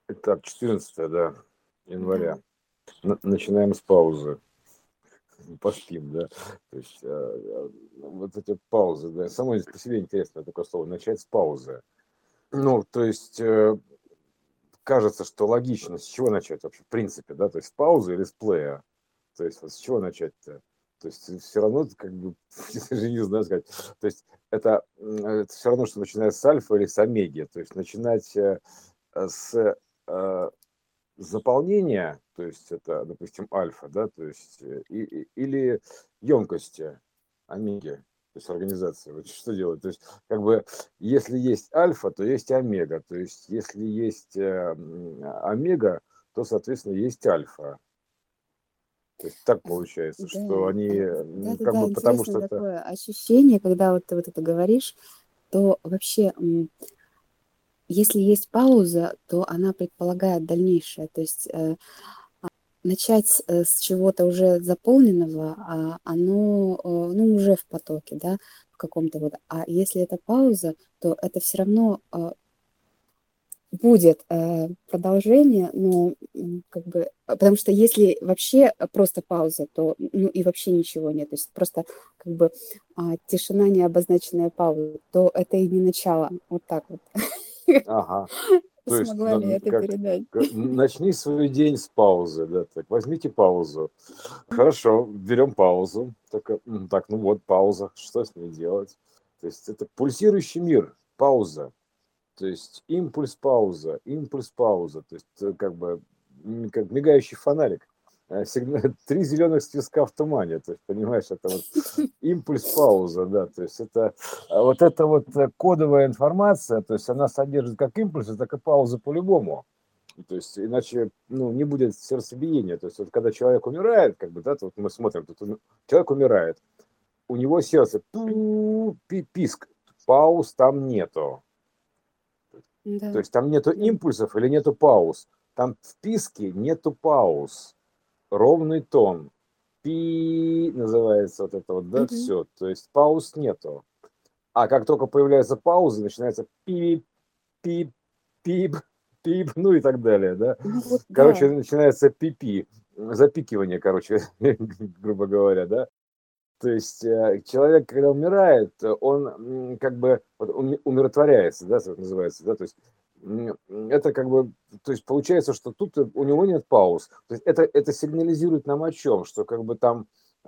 Итак, 14, да, Да. января. Начинаем с паузы. Поспим, да. То есть вот эти вот паузы, да. Само по себе интересное такое слово. Начать с паузы. Ну, то есть кажется, что логично, с чего начать вообще, в принципе, да, то есть с паузы или с плея. То есть вот с чего начать-то? То есть все равно, как бы, даже не знаю сказать. То есть это все равно, что начинать с альфа или с омеги. То есть начинать с заполнения, то есть это, допустим, альфа, да, то есть или емкости омеги, то есть организации. Вот что делать? То есть как бы если есть альфа, то есть омега, то есть если есть омега, то, соответственно, есть альфа. То есть так получается, Да, что они, как да-да-да, бы потому интересное что это... такое ощущение, когда вот ты вот это говоришь, то вообще, если есть пауза, то она предполагает дальнейшее. То есть начать с чего-то уже заполненного, оно, ну, уже в потоке, да, в каком-то вот. А если это пауза, то это все равно будет продолжение, но как бы, потому что если вообще просто пауза, то ну и вообще ничего нет, то есть просто как бы тишина, не обозначенная пауза, то это и не начало, вот так вот. Ага. То есть Смогла ли это передать? начни свой день с паузы, да, так возьмите паузу. Хорошо, берем паузу. Так, так, ну вот пауза, что с ней делать? То есть это пульсирующий мир, пауза. То есть импульс, пауза. То есть как бы как мигающий фонарик. Три зеленых свистка в тумане. То есть, понимаешь, это вот импульс, пауза, да. То есть это вот кодовая информация, то есть она содержит как импульсы, так и паузы по-любому. То есть иначе ну, не будет сердцебиения. То есть вот когда человек умирает, как бы, да, вот мы смотрим, человек умирает, у него сердце писк, пауз там нету. Да, То есть там нету да. импульсов или нету пауз. Там в писке нету пауз. Ровный тон. Пи называется вот это вот, да, Мгм. все. То есть пауз нету. А как только появляется пауза, начинается пип, пип, пип, пип, ну и так далее, да. Ну вот Короче, да. начинается пипи, запикивание, короче, грубо говоря, да. То есть человек, когда умирает, он как бы вот, умиротворяется, да, это называется, да, то есть это как бы, то есть получается, что тут у него нет пауз. То есть это сигнализирует нам о чем, что как бы там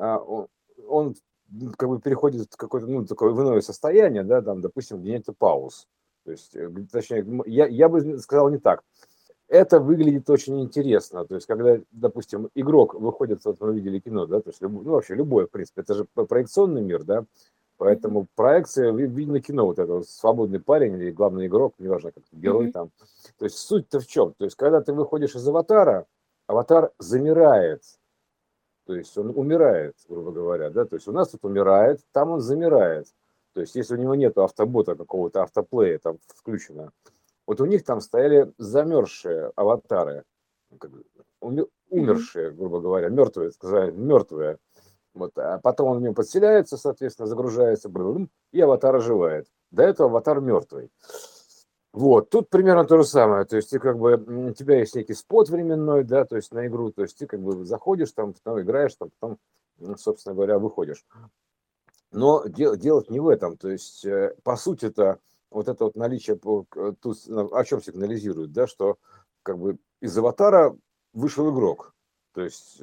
он как бы переходит в какое-то, ну, такое в иное состояние, да, там, допустим, где нет пауз. То есть, точнее, я бы сказал не так. Это выглядит очень интересно. То есть, когда, допустим, игрок выходит, вот мы видели кино, да, то есть, ну, вообще любое, в принципе, это же проекционный мир, да, Мгм. поэтому проекция, видно кино, вот это вот свободный парень или главный игрок, неважно, как герой Мгм. там. То есть, суть-то в чем? То есть, когда ты выходишь из аватара, аватар замирает, то есть, он умирает, грубо говоря, да, то есть, у нас тут умирает, там он замирает. То есть, если у него нет автобота какого-то, автоплея там включено, вот у них там стояли замерзшие аватары, как бы Мгм. умершие, грубо говоря, мертвые, сказали, мертвые. Вот, а потом он в него подселяется, соответственно, загружается, и аватар оживает. До этого аватар мертвый. Вот, тут примерно то же самое. То есть ты как бы, у тебя есть некий спот временной, да, то есть на игру, то есть ты как бы заходишь там, потом играешь, там, потом, собственно говоря, выходишь. Но дело не в этом. То есть, по сути-то, вот это вот наличие, тут о чем сигнализирует, да, что как бы из аватара вышел игрок. То есть,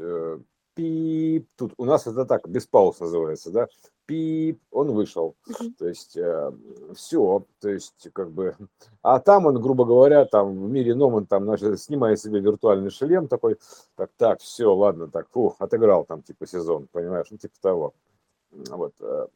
пип, тут у нас это так, без пауз называется, да, пип, он вышел. Мгм. То есть, все, то есть, как бы, а там он, грубо говоря, там в мире Номан там, значит, снимает себе виртуальный шлем такой, так, все, ладно, так, фух, отыграл там, типа, сезон, понимаешь, ну, типа того. Вот,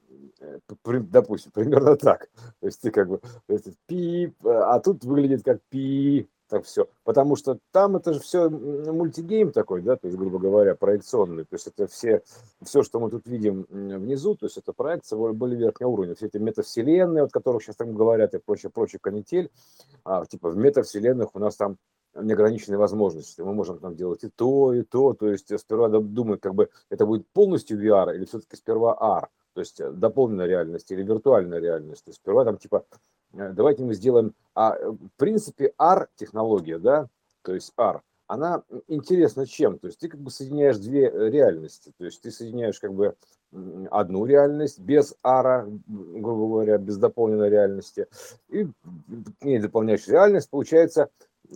допустим, примерно так. То есть ты как бы то есть пип, а тут выглядит как пи, так все. Потому что там это же все мультигейм такой, да, то есть, грубо говоря, проекционный. То есть это все, что мы тут видим внизу, то есть это проекция более верхнего уровня. Все эти метавселенные, о которых сейчас там говорят, и прочая канитель, типа в метавселенных у нас там неограниченные возможности. Мы можем там делать и то, и то. То есть сперва думать, как бы это будет полностью VR или все-таки сперва AR, то есть дополненная реальность или виртуальная реальность. То есть сперва там типа давайте мы сделаем, в принципе AR технология, да, то есть R, она интересна чем? То есть ты как бы соединяешь две реальности. То есть ты соединяешь как бы одну реальность без R, грубо говоря, без дополненной реальности, и к ней дополняешь реальность, получается,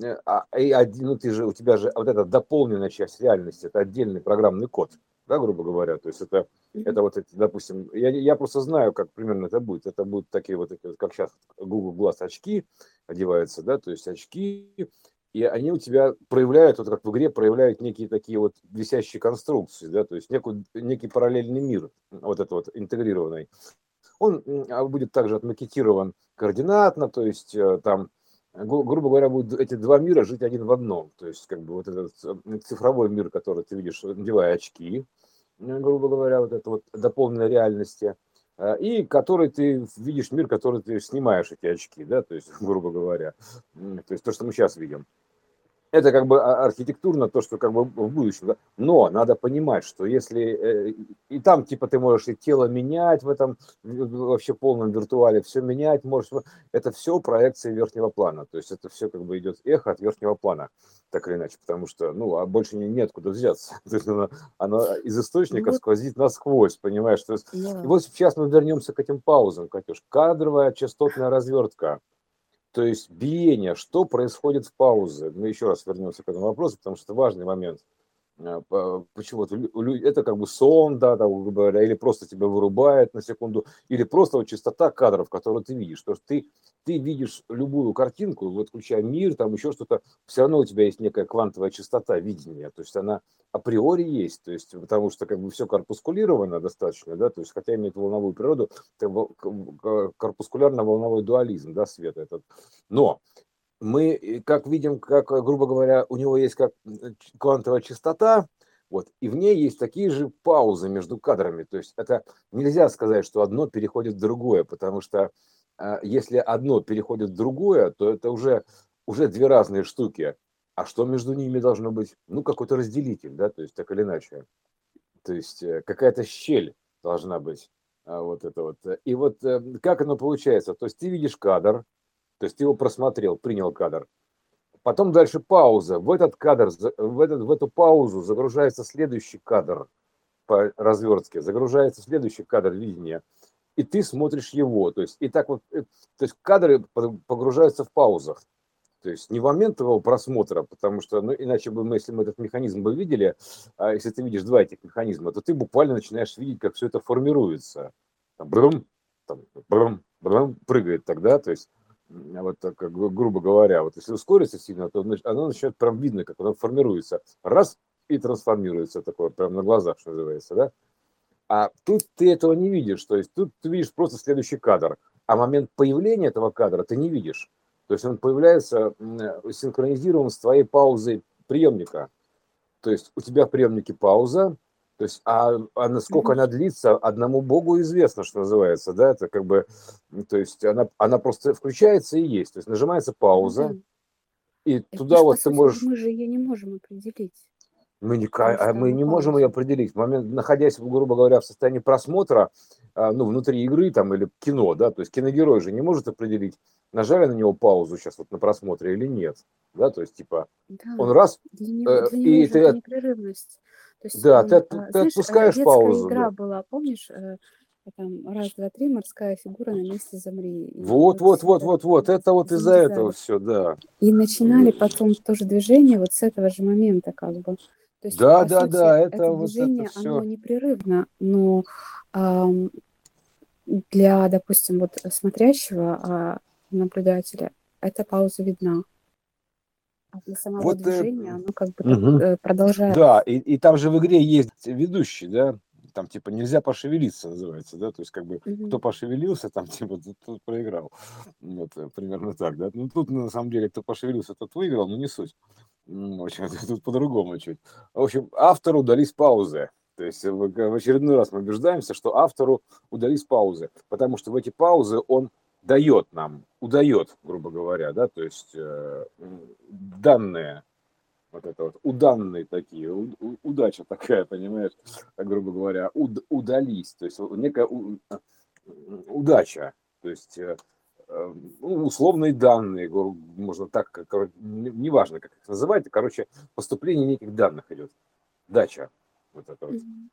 ну, ты же, у тебя же вот эта дополненная часть реальности, это отдельный программный код, да, грубо говоря, то есть это вот эти, допустим, я просто знаю, как примерно это будут такие вот, как сейчас Google Glass очки одеваются, да, то есть очки, и они у тебя проявляют, вот как в игре, проявляют некие такие вот висящие конструкции, да, то есть некий параллельный мир, вот это вот интегрированный. Он будет также отмакетирован координатно, то есть там, грубо говоря, будут эти два мира жить один в одном. То есть как бы вот этот цифровой мир, который ты видишь, надевая очки, грубо говоря, вот это вот дополненной реальности, и который ты видишь мир, который ты снимаешь эти очки, да, то есть, грубо говоря, то есть то, что мы сейчас видим. Это как бы архитектурно то, что как бы в будущем, да? Но надо понимать, что если и там типа ты можешь и тело менять в этом вообще полном виртуале, все менять можешь, это все проекции верхнего плана, то есть это все как бы идет эхо от верхнего плана, так или иначе, потому что, ну, а больше неоткуда взяться, то есть оно из Ну источника вот, сквозит насквозь, понимаешь, то есть, и да. вот сейчас мы вернемся к этим паузам, Катюш, кадровая частотная развертка, то есть биение, что происходит в паузе. Мы еще раз вернемся к этому вопросу, потому что это важный момент. Почему это как бы сон, да, там, грубо говоря, или просто тебя вырубает на секунду, или просто вот частота кадров, которую ты видишь. То есть ты видишь любую картинку, вот включая мир, там еще что-то, все равно у тебя есть некая квантовая частота видения, то есть она априори есть, то есть потому что как бы все корпускулировано достаточно, да, то есть хотя имеет волновую природу, корпускулярно-волновой дуализм, да, света этот. Но мы, как видим, как, грубо говоря, у него есть как квантовая частота, вот, и в ней есть такие же паузы между кадрами. То есть это нельзя сказать, что одно переходит в другое, потому что если одно переходит в другое, то это уже две разные штуки. А что между ними должно быть? Ну, какой-то разделитель, да, то есть так или иначе. То есть какая-то щель должна быть. Вот это вот. И вот как оно получается? То есть ты видишь кадр, то есть ты его просмотрел, принял кадр. Потом дальше пауза. В этот кадр, в эту паузу загружается следующий кадр по развертке, загружается следующий кадр видения, и ты смотришь его. То есть, и так вот, то есть кадры погружаются в паузах. То есть не в момент его просмотра, потому что, ну, иначе бы мы, если мы этот механизм бы видели, а если ты видишь два этих механизма, то ты буквально начинаешь видеть, как все это формируется. Там, брум, брум, прыгает тогда, то есть вот так, грубо говоря, вот если ускорится сильно, то оно начинает прям видно, как оно формируется. Раз, и трансформируется такое, прям на глазах, что называется, да? А тут ты этого не видишь, то есть тут ты видишь просто следующий кадр, а момент появления этого кадра ты не видишь. То есть он появляется синхронизирован с твоей паузой приемника. То есть у тебя в приемнике пауза, то есть, насколько Мгм. она длится, одному Богу известно, что называется, да, это как бы, то есть она просто включается и есть, то есть нажимается Ну да. пауза, и Это туда ж, по вот ты сути, можешь, мы же ее не можем определить, а потому что мы она не можем ее пауза. определить. В момент, находясь, грубо говоря, в состоянии просмотра, ну, внутри игры там или кино, да, то есть киногерой же не может определить, нажали на него паузу сейчас вот на просмотре или нет, да, то есть типа Да, он раз, для него и же это ты, непрерывность. То есть да, он, ты знаешь, отпускаешь детская паузу, игра да. была, помнишь, там раз, два, три, морская фигура на месте замри. И Вот, вот вот, все вот, так вот, вот, это вот из-за этого замерзали. все, да. И начинали потом тоже движение вот с этого же момента как бы. То есть, Да, по да, сути, да, это это вот это движение, оно все. непрерывно, но ам, для, допустим, вот смотрящего наблюдателя эта пауза видна. А для самого Вот, движения оно как бы так мгм. продолжает. Да, и там же в игре есть ведущий, да, там типа нельзя пошевелиться, называется, да, то есть как бы Мгм. кто пошевелился, там типа тот проиграл. Вот, примерно так, да. Ну тут на самом деле кто пошевелился, тот выиграл, но не суть. В общем, тут по-другому чуть. В общем, автору дались паузы. То есть в очередной раз мы убеждаемся, что автору удались паузы, потому что в эти паузы он дает нам, удает, грубо говоря, да, то есть данные, вот это вот, уданные такие, удача такая, понимаешь, грубо говоря, удались, то есть некая удача, то есть условные данные, можно так, неважно, как их называть, короче, поступление неких данных идет, дача, вот это вот. Мгм.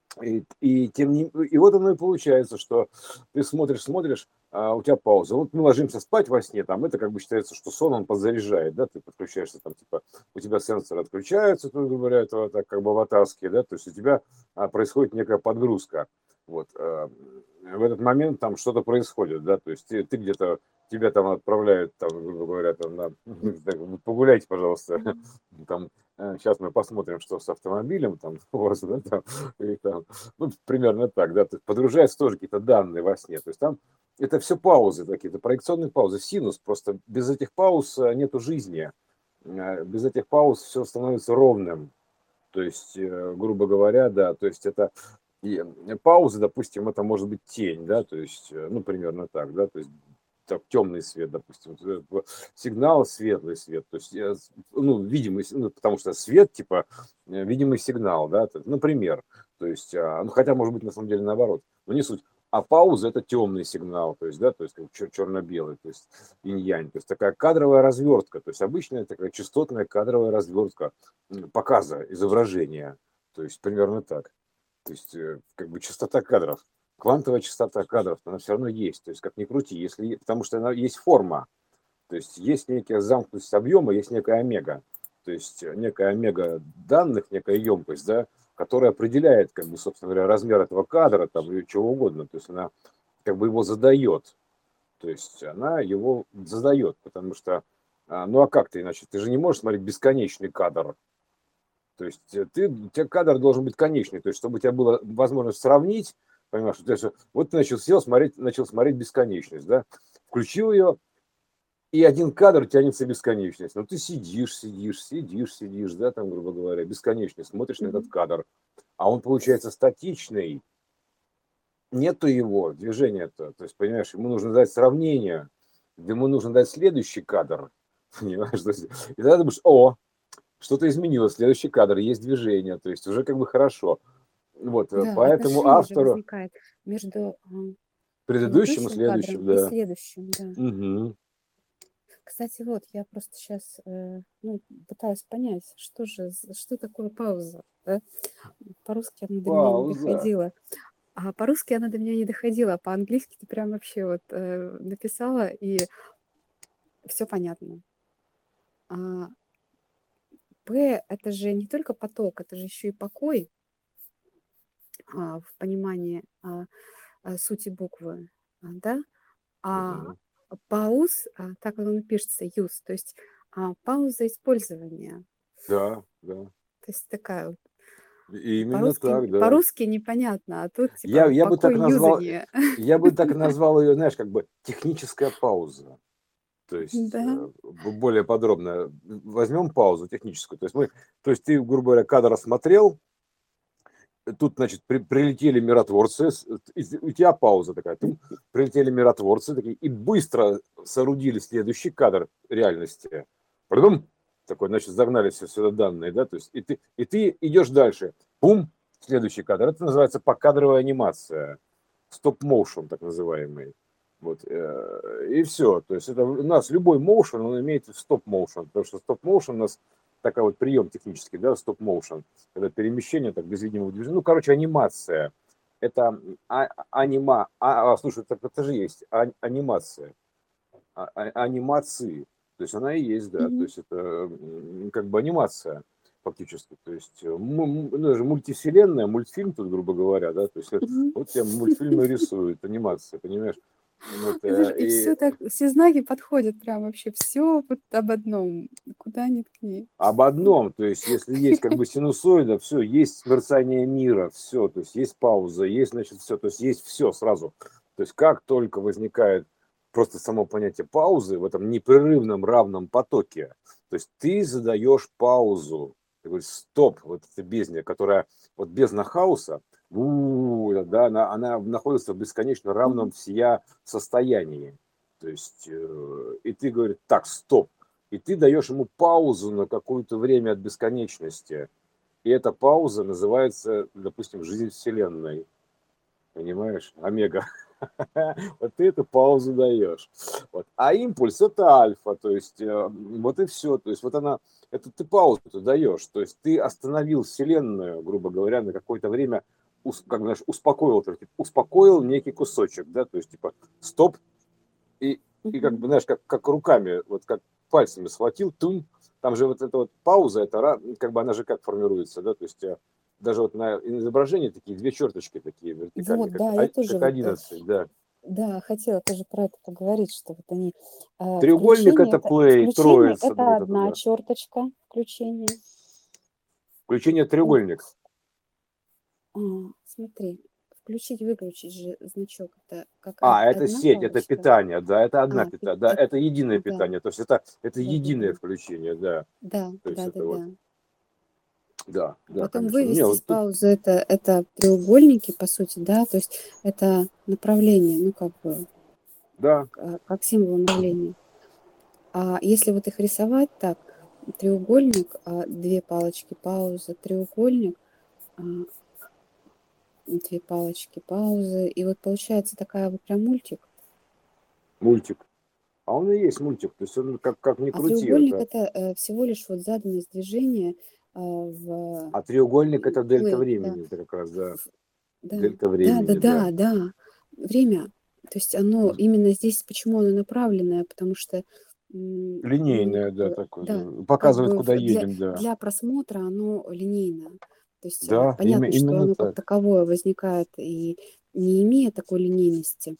И вот оно и получается, что ты смотришь, а у тебя пауза. Вот мы ложимся спать во сне, там это как бы считается, что сон он подзаряжает, да, ты подключаешься там, типа, у тебя сенсоры отключаются, грубо говоря, это так как бы аватарские, да, то есть у тебя происходит некая подгрузка. Вот. В этот момент там что-то происходит, да, то есть ты где-то, тебя там отправляют, там, грубо говоря, там, погуляйте, пожалуйста, Мгм. там, сейчас мы посмотрим, что с автомобилем там у вас, да, там, и там, ну, примерно так, да, то есть подгружаются тоже какие-то данные во сне, то есть там это все паузы какие-то, проекционные паузы, синус, просто без этих пауз нету жизни, без этих пауз все становится ровным, то есть, грубо говоря, да, то есть это и пауза, допустим, это может быть тень, да, то есть, ну, примерно так, да, то есть так, темный свет, допустим, сигнал, светлый свет, то есть, ну, видимый, ну, потому что свет, типа, видимый сигнал, да, например, то есть, ну, хотя, может быть, на самом деле наоборот, но не суть. А пауза это темный сигнал, то есть, да, то есть черно-белый, то есть инь-янь, то есть такая кадровая развертка, то есть обычная такая частотная кадровая развертка показа изображения, то есть примерно так. То есть, как бы частота кадров, квантовая частота кадров, она все равно есть. То есть, как ни крути, если, потому что она есть форма. То есть, есть некая замкнутость объема, есть некая омега. То есть, некая омега данных, некая емкость, да, которая определяет, как бы, собственно говоря, размер этого кадра, там, или чего угодно. То есть, она как бы его задает. То есть, она его задает, потому что, ну а как ты иначе? Ты же не можешь смотреть бесконечный кадр. То есть у тебя кадр должен быть конечный, то есть чтобы у тебя была возможность сравнить, понимаешь, то есть, вот ты начал смотреть бесконечность, да, включил ее, и один кадр тянется бесконечность. Но ты сидишь, да, там, грубо говоря, бесконечно смотришь на этот Мгм. кадр, а он получается статичный, нету его движения-то, то есть, понимаешь, ему нужно дать сравнение, ему нужно дать следующий кадр, понимаешь, то есть, и тогда ты думаешь, что-то изменилось, следующий кадр, есть движение, то есть уже как бы хорошо. Вот, Да, поэтому отношение же автору, возникает между предыдущему, предыдущим кадром следующему, и да. следующим, да. Угу. Кстати, вот я просто сейчас, ну, пытаюсь понять, что такое пауза, да? По-русски оно до меня не Пауза. доходило. А по-русски оно до меня не доходило, а по-английски ты прям вообще вот написала, и все понятно. А это же не только поток, это же еще и покой в понимании сути буквы, да? А Угу. пауз, так вот он пишется, use, то есть пауза использования. Да, да. То есть такая вот И именно по-русски, так, да. по-русски непонятно, а тут Я, типа я бы так покой назвал, юзания. я бы так назвал ее, знаешь, как бы техническая пауза. То есть Да. более подробно возьмем паузу техническую. То есть ты, грубо говоря, кадр рассмотрел, тут, значит, прилетели миротворцы, у тебя пауза такая, прилетели миротворцы такие и быстро соорудили следующий кадр реальности. Потом такой, значит, загнали все сюда данные, да, то есть и ты идешь дальше. Бум, следующий кадр. Это называется покадровая анимация, стоп-моушен так называемый. Вот, и все. То есть это у нас любой моушен, он имеет стоп-моушен, потому что стоп-моушен у нас такой вот прием технический, да, стоп-моушен, когда перемещение так без видимого движения, ну, короче, анимация. Это слушай, это же есть анимация, анимации, то есть она и есть, да, то Мгм. есть это как бы анимация фактически, то есть ну, это же мультивселенная, мультфильм тут, грубо говоря, да, то есть Мгм. вот тебе мультфильмы рисуют, анимация, понимаешь, вот, И все так, все знаки подходят прям вообще, все вот об одном, куда ни ткни. об одном, то есть если есть как бы синусоида, все, есть мерцание мира, все, то есть есть пауза, есть, значит, все, то есть есть все сразу. То есть как только возникает просто само понятие паузы в этом непрерывном равном потоке, то есть ты задаешь паузу, ты говоришь стоп, вот эта бездна, которая вот бездна хаоса, да, она находится в бесконечно равном Мгм. всея состоянии. То есть, и ты говоришь, так, стоп, и ты даешь ему паузу на какое-то время от бесконечности. И эта пауза называется, допустим, жизнь Вселенной. Понимаешь? Омега. Вот ты эту паузу даешь. Вот. А импульс это альфа, то есть вот и все. То есть вот она, это ты паузу даешь. То есть ты остановил Вселенную, грубо говоря, на какое-то время, как знаешь, успокоил, успокоил некий кусочек, да, то есть типа стоп, и как Мгм. бы, знаешь, как руками, вот как пальцами схватил, тунь, там же вот эта вот пауза, это как бы она же как формируется, да, то есть даже вот на изображении такие две черточки такие вертикальные, Вот, да, я тоже как вот, 11, да. да, хотела тоже про это поговорить, что вот они, Треугольник это play, включение троица, да, это вот это, одна да. черточка включение. Включение Вот, треугольник. а, смотри, включить-выключить же значок, это А, это одна сеть, это палочка. питание, да, это одна питание, да, Это, это единое да, питание, то есть это да, да, да, единое включение, да, да, то есть да, да, это вот, да. да, А да, потом конечно. Не, вывести из вот тут, паузы это треугольники, по сути, да, то есть это направление, ну, как бы, да, как символ направления. А если вот их рисовать так, треугольник, две палочки, пауза, треугольник, а, две палочки, паузы, и вот получается такая вот прям мультик. мультик. А он и есть мультик, то есть он как ни А крути, треугольник это. это всего лишь вот заданность движения в А треугольник это дельта play, да, времени, это как раз, да, да, дельта да, да, времени, да. да, да, время. То есть оно именно здесь, почему оно направленное, потому что, ну, Линейное, как да, бы, такое, да, как показывает, бы куда едем, да. для просмотра оно линейно. То есть Да, понятно, что именно оно как так. таковое возникает и не имея такой линейности,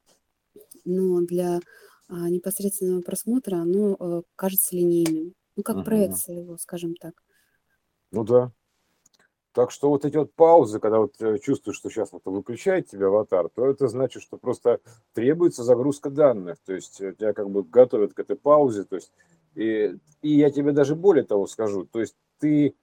но для непосредственного просмотра оно кажется линейным. Ну, как Мгм. проекция его, скажем так. Ну да. Так что вот эти вот паузы, когда вот чувствуешь, что сейчас вот выключает тебя аватар, то это значит, что просто требуется загрузка данных. То есть тебя как бы готовят к этой паузе. То есть, и я тебе даже более того скажу. То есть ты,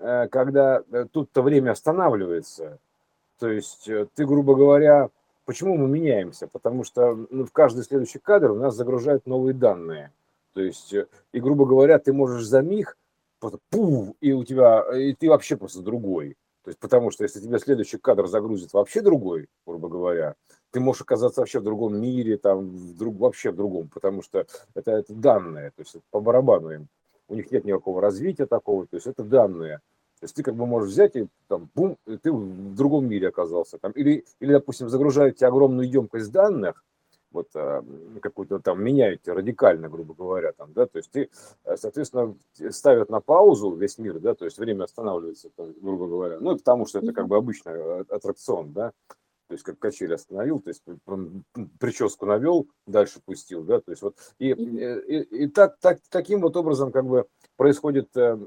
когда тут-то время останавливается, то есть ты, грубо говоря, почему мы меняемся? Потому что ну, в каждый следующий кадр у нас загружают новые данные. То есть, и, грубо говоря, ты можешь за миг просто пуф, и у тебя, и ты вообще просто другой. То есть, потому что если тебе следующий кадр загрузит вообще другой, грубо говоря, ты можешь оказаться вообще в другом мире, там, вообще в другом, потому что это данные, то есть это по барабану им. У них нет никакого развития такого, то есть это данные. То есть ты как бы можешь взять и там, бум, и ты в другом мире оказался. Там, или, допустим, загружают тебе огромную емкость данных, вот какую-то там меняют радикально, грубо говоря, там, да, то есть ты, соответственно, ставят на паузу весь мир, да, то есть время останавливается, там, грубо говоря, ну, потому что это как Мгм. бы обычный аттракцион, да, то есть как качели остановил, то есть прическу навел, дальше пустил, да, то есть вот Мгм. и таким вот образом как бы происходит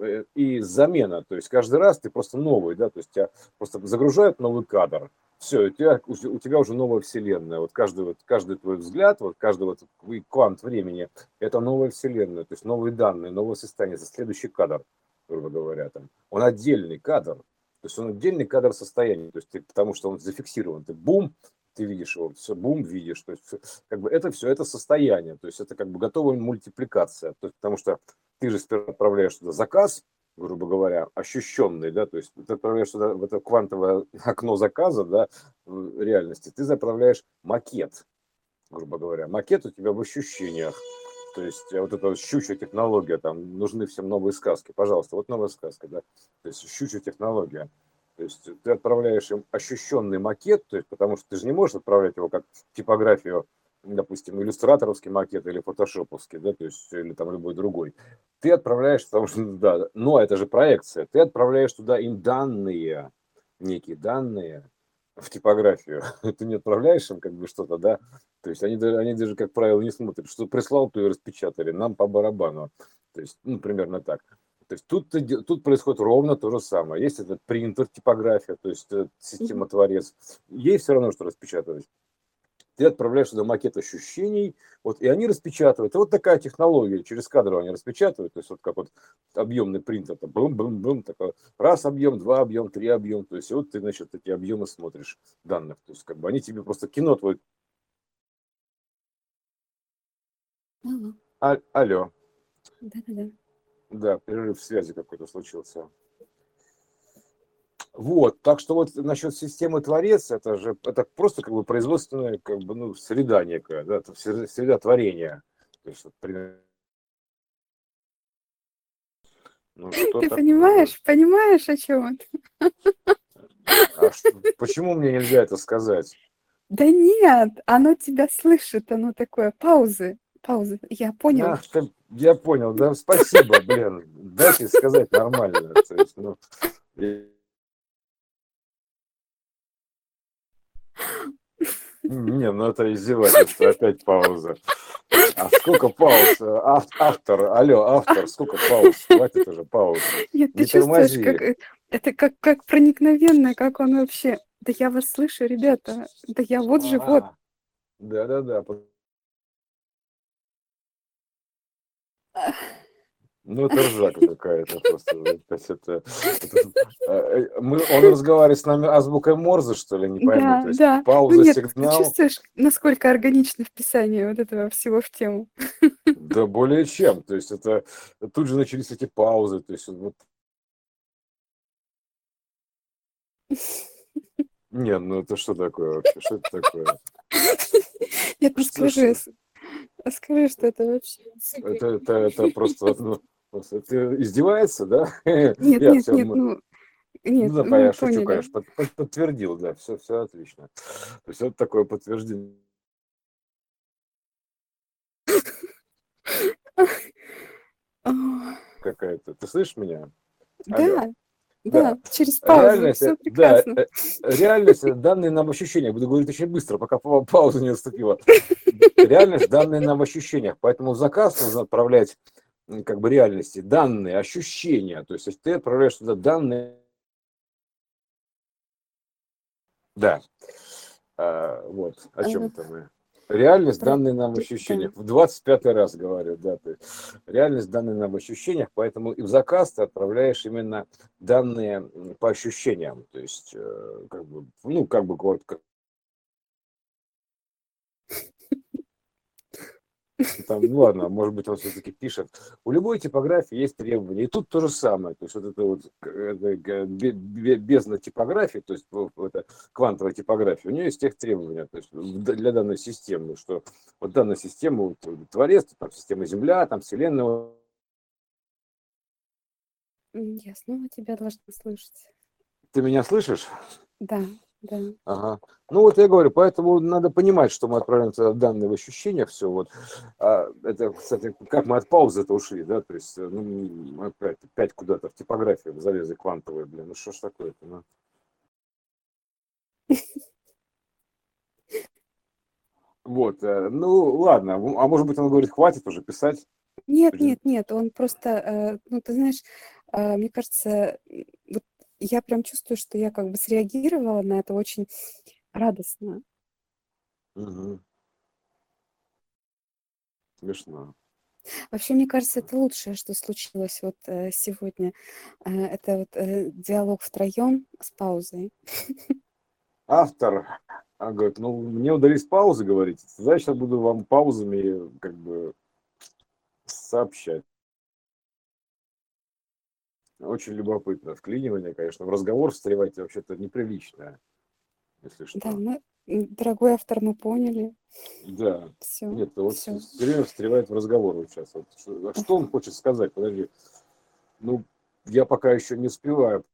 и замена, то есть каждый раз ты просто новый, да, то есть тебя просто загружают новый кадр, все, у тебя уже новая вселенная, вот каждый твой взгляд, вот каждый вот квант времени, это новая вселенная, то есть новые данные, новое состояние, это следующий кадр, грубо говоря, там, он отдельный кадр, то есть он отдельный кадр состояния, то есть ты, потому что он зафиксирован, ты бум, ты видишь его, все, бум, видишь, то есть как бы это все, это состояние, то есть это как бы готовая мультипликация, то есть, потому что ты же сперва отправляешь туда заказ, грубо говоря, ощущенный, да, то есть ты отправляешь туда в это квантовое окно заказа, да, в реальности, ты заправляешь макет, грубо говоря. Макет у тебя в ощущениях. То есть вот эта вот щучья технология, там нужны всем новые сказки. Пожалуйста, вот новая сказка, да. То есть щучья технология. То есть ты отправляешь им ощущенный макет, то есть, потому что ты же не можешь отправлять его как типографию, допустим, иллюстраторовский макет или фотошоповский, да, то есть, или там любой другой. Ты отправляешь, потому что, да, но это же проекция, ты отправляешь туда им данные, некие данные в типографию. Ты не отправляешь им как бы что-то, да, то есть они даже, как правило, не смотрят, что прислал, то и распечатали, нам по барабану. То есть, ну, примерно так. То есть тут происходит ровно то же самое. Есть этот принтер, типография, то есть Мгм. система творец. Ей все равно, что распечатывать. Ты отправляешь туда макет ощущений, вот, и они распечатывают. И вот такая технология, через кадр они распечатывают, то есть вот как вот объемный принтер, бум-бум-бум, такой, раз объем, два объем, три объем, то есть и вот ты, значит, эти объемы смотришь данных, то есть как бы они тебе просто кино твой, Ага. алло, Да-да-да. да, перерыв связи какой-то случился. Вот, так что вот насчет системы творец, это же это просто как бы производственная как бы, ну, среда некая, да, это среда творения. То есть, вот, ну что Ты такое? понимаешь, о чем это? Почему мне нельзя это сказать? Да нет, оно тебя слышит, оно такое, паузы. Я понял. Я понял, да, спасибо, блин, дайте сказать нормально. То есть, ну, не, ну это издевательство, опять пауза. А сколько пауз? Автор, алло, автор, сколько пауз? Хватит уже пауз. Нет, ты Не чувствуешь, как тормози. это как проникновенно, как он вообще. Да я вас слышу, ребята. Да я вот же вот. Да-да-да. Ну, это ржака какая-то просто. То есть он разговаривает с нами азбукой Морзе, что ли, не пойму. Да, То есть да. Ну пауза, нет, ты сигнал. чувствуешь, насколько органично вписание вот этого всего в тему? Да более чем. То есть это тут же начались эти паузы. То есть вот, не, ну это что такое вообще? Что это такое? Нет, ну Что, что? скажи, что это вообще. Это просто, ну, просто ты издевается, да? Нет, Я нет, все, нет, ну ну, нет, да, мы я шучу, поняли. конечно, подтвердил, да, все отлично. То есть это такое подтверждение А, какая-то. Ты слышишь меня? Алло. Да, Да. да, через паузу, Реальность, все да, прекрасно. реальность, данные нам ощущения. Буду говорить очень быстро, пока пауза не наступила. Реальность, данные нам в ощущениях. Поэтому заказ нужно отправлять как бы реальности, данные, ощущения. То есть, если ты отправляешь туда данные, да. Вот, о Ага, чем-то мы. Реальность, про данные нам в да. ощущениях. В 25-й раз говорю, да. То есть реальность, данные нам в ощущениях, поэтому и в заказ ты отправляешь именно данные по ощущениям. То есть, как бы, ну, как бы, вот, там, ну ладно, может быть, он все-таки пишет. У любой типографии есть требования. И тут то же самое. То есть вот это вот бездна типографии, то есть это квантовая типография, у нее есть тех требования, то есть для данной системы, что вот данная система, вот, творец, там система Земля, там Вселенная. Ясно, мы тебя должны слышать. Ты меня слышишь? Да, да. Ага. Ну вот я говорю, поэтому надо понимать, что мы отправляем туда данные в ощущениях, все вот. Это, кстати, как мы от паузы-то ушли, да, то есть, ну, мы опять куда-то в типографию залезли квантовые, блин, ну что ж такое-то, ну. Вот, ну ладно, а может быть он говорит, хватит уже писать? Нет, нет, нет, он просто, ну, ты знаешь, мне кажется, вот я прям чувствую, что я как бы среагировала на это очень радостно. Мгм. Смешно. Вообще, мне кажется, это лучшее, что случилось вот сегодня. Это вот диалог втроем с паузой. Автор говорит, ну, мне удались паузы, говорить, значит, я буду вам паузами как бы сообщать. Очень любопытно. Вклинивание, конечно, в разговор встревать вообще-то неприличное, если Да, что. дорогой автор, мы поняли. Да. Все, Нет, вот все. все время встревает в разговор вот сейчас. Вот, что он хочет сказать? Подожди. Ну, я пока еще не успеваю.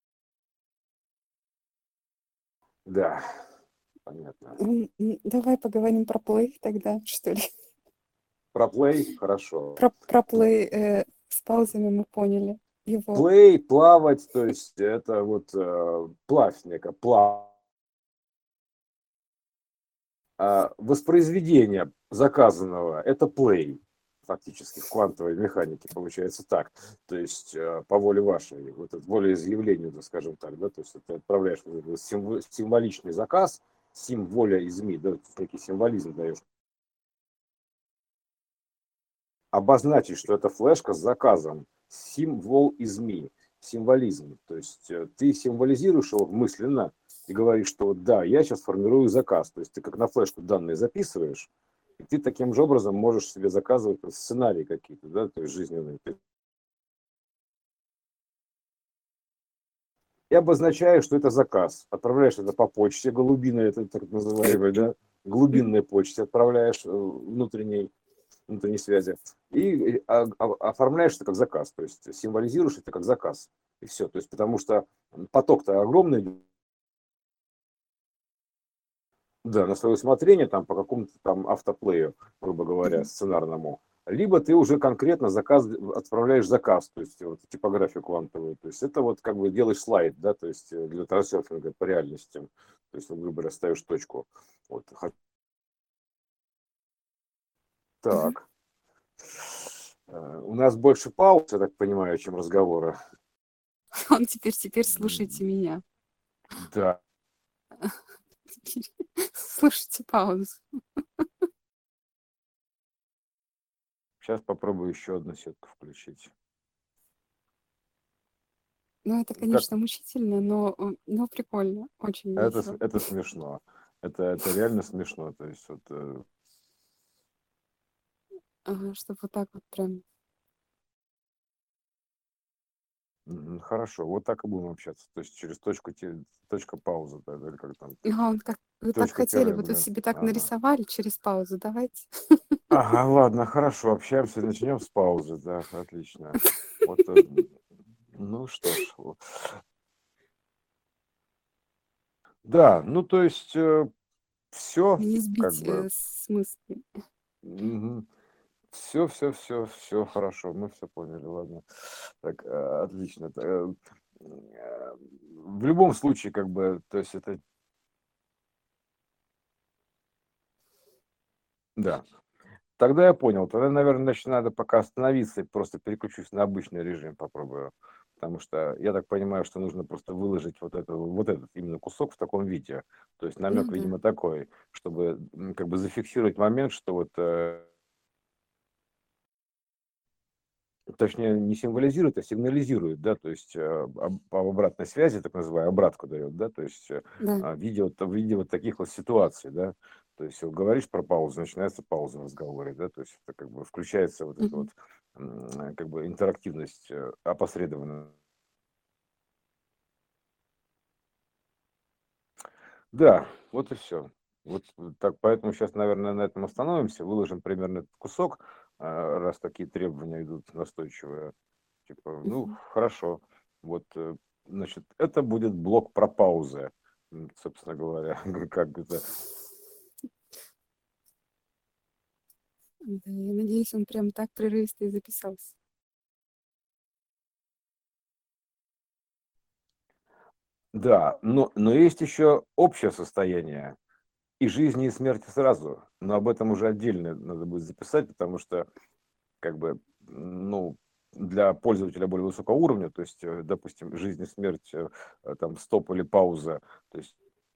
Да, понятно. Давай поговорим про плей тогда, что ли. Про плей хорошо. Про Ну, плей с паузами мы поняли его. плей, плавать, то есть это вот плавь некая, воспроизведение заказанного – это play, фактически, в квантовой механике получается так. То есть по воле вашей, вот это волеизъявлению, да, скажем так, да, то есть ты отправляешь вот этот символичный заказ, воля из МИ, да, некий символизм даешь. Обозначить, что это флешка с заказом, символ из МИ, символизм. То есть ты символизируешь его мысленно и говоришь, что вот да, я сейчас формирую заказ. То есть ты как на флешку данные записываешь, и ты таким же образом можешь себе заказывать сценарии какие-то, да, то есть жизненные. и обозначаешь, что это заказ. Отправляешь это по почте, голубиной, это так называемой, да, Мгм. глубинной почте отправляешь внутренней связи, и оформляешь это как заказ, то есть символизируешь это как заказ, и все. То есть потому что поток-то огромный, да, на свое усмотрение, там, по какому-то там автоплею, грубо говоря, Мгм. сценарному. Либо ты уже конкретно отправляешь заказ, то есть вот, типографию квантовую. То есть это вот как бы делаешь слайд, да, то есть для трансерфинга по реальности. То есть, грубо говоря, ставишь точку. Вот. Мгм. Так. У нас больше пауз, я так понимаю, чем разговора. Он теперь слушайте меня. Да, Слушайте паузу. сейчас попробую еще одну сетку включить. Ну, это, Так, конечно, мучительно, но прикольно, очень весело. это смешно. Это реально смешно. То есть вот, Ага, чтобы вот так вот прям. хорошо, вот так и будем общаться. То есть через точка пауза, да, или как там, Ага, вот как вы так точка хотели, тире, вы тут да. себе так Ага. нарисовали через паузу, давайте. Ага, ладно, хорошо, общаемся, начнем с паузы, да, отлично. Вот, ну что ж, да, ну то есть все, Не как сбить бы, с мысли. все хорошо, мы все поняли, ладно. Так, отлично. В любом случае, как бы, то есть это, да. Тогда я понял. Тогда, наверное, значит, надо пока остановиться и просто переключусь на обычный режим, попробую. Потому что я так понимаю, что нужно просто выложить вот этот именно кусок в таком виде. То есть Ну намек, да. видимо, такой, чтобы как бы зафиксировать момент, что вот, точнее, не символизирует, а сигнализирует, да, то есть по обратной связи, так называемую, обратку дает, да, то есть Да. в виде вот таких вот ситуаций, да, то есть вот говоришь про паузу, начинается пауза в разговоре, да, то есть это как бы включается вот эта Мгм. вот как бы интерактивность опосредованная. Да, вот и все. Вот так, поэтому сейчас, наверное, на этом остановимся, выложим примерно этот кусок, раз такие требования идут настойчивые. Типа, ну, Мгм. хорошо. Вот, значит, это будет блок про паузы, собственно говоря, как это. Да, я надеюсь, он прям так прерывисто и записался. Да, но есть еще общее состояние и жизни, и смерти сразу. Но об этом уже отдельно надо будет записать, потому что, как бы, ну, для пользователя более высокого уровня, то есть, допустим, жизнь и смерть, там, стоп или пауза, то есть,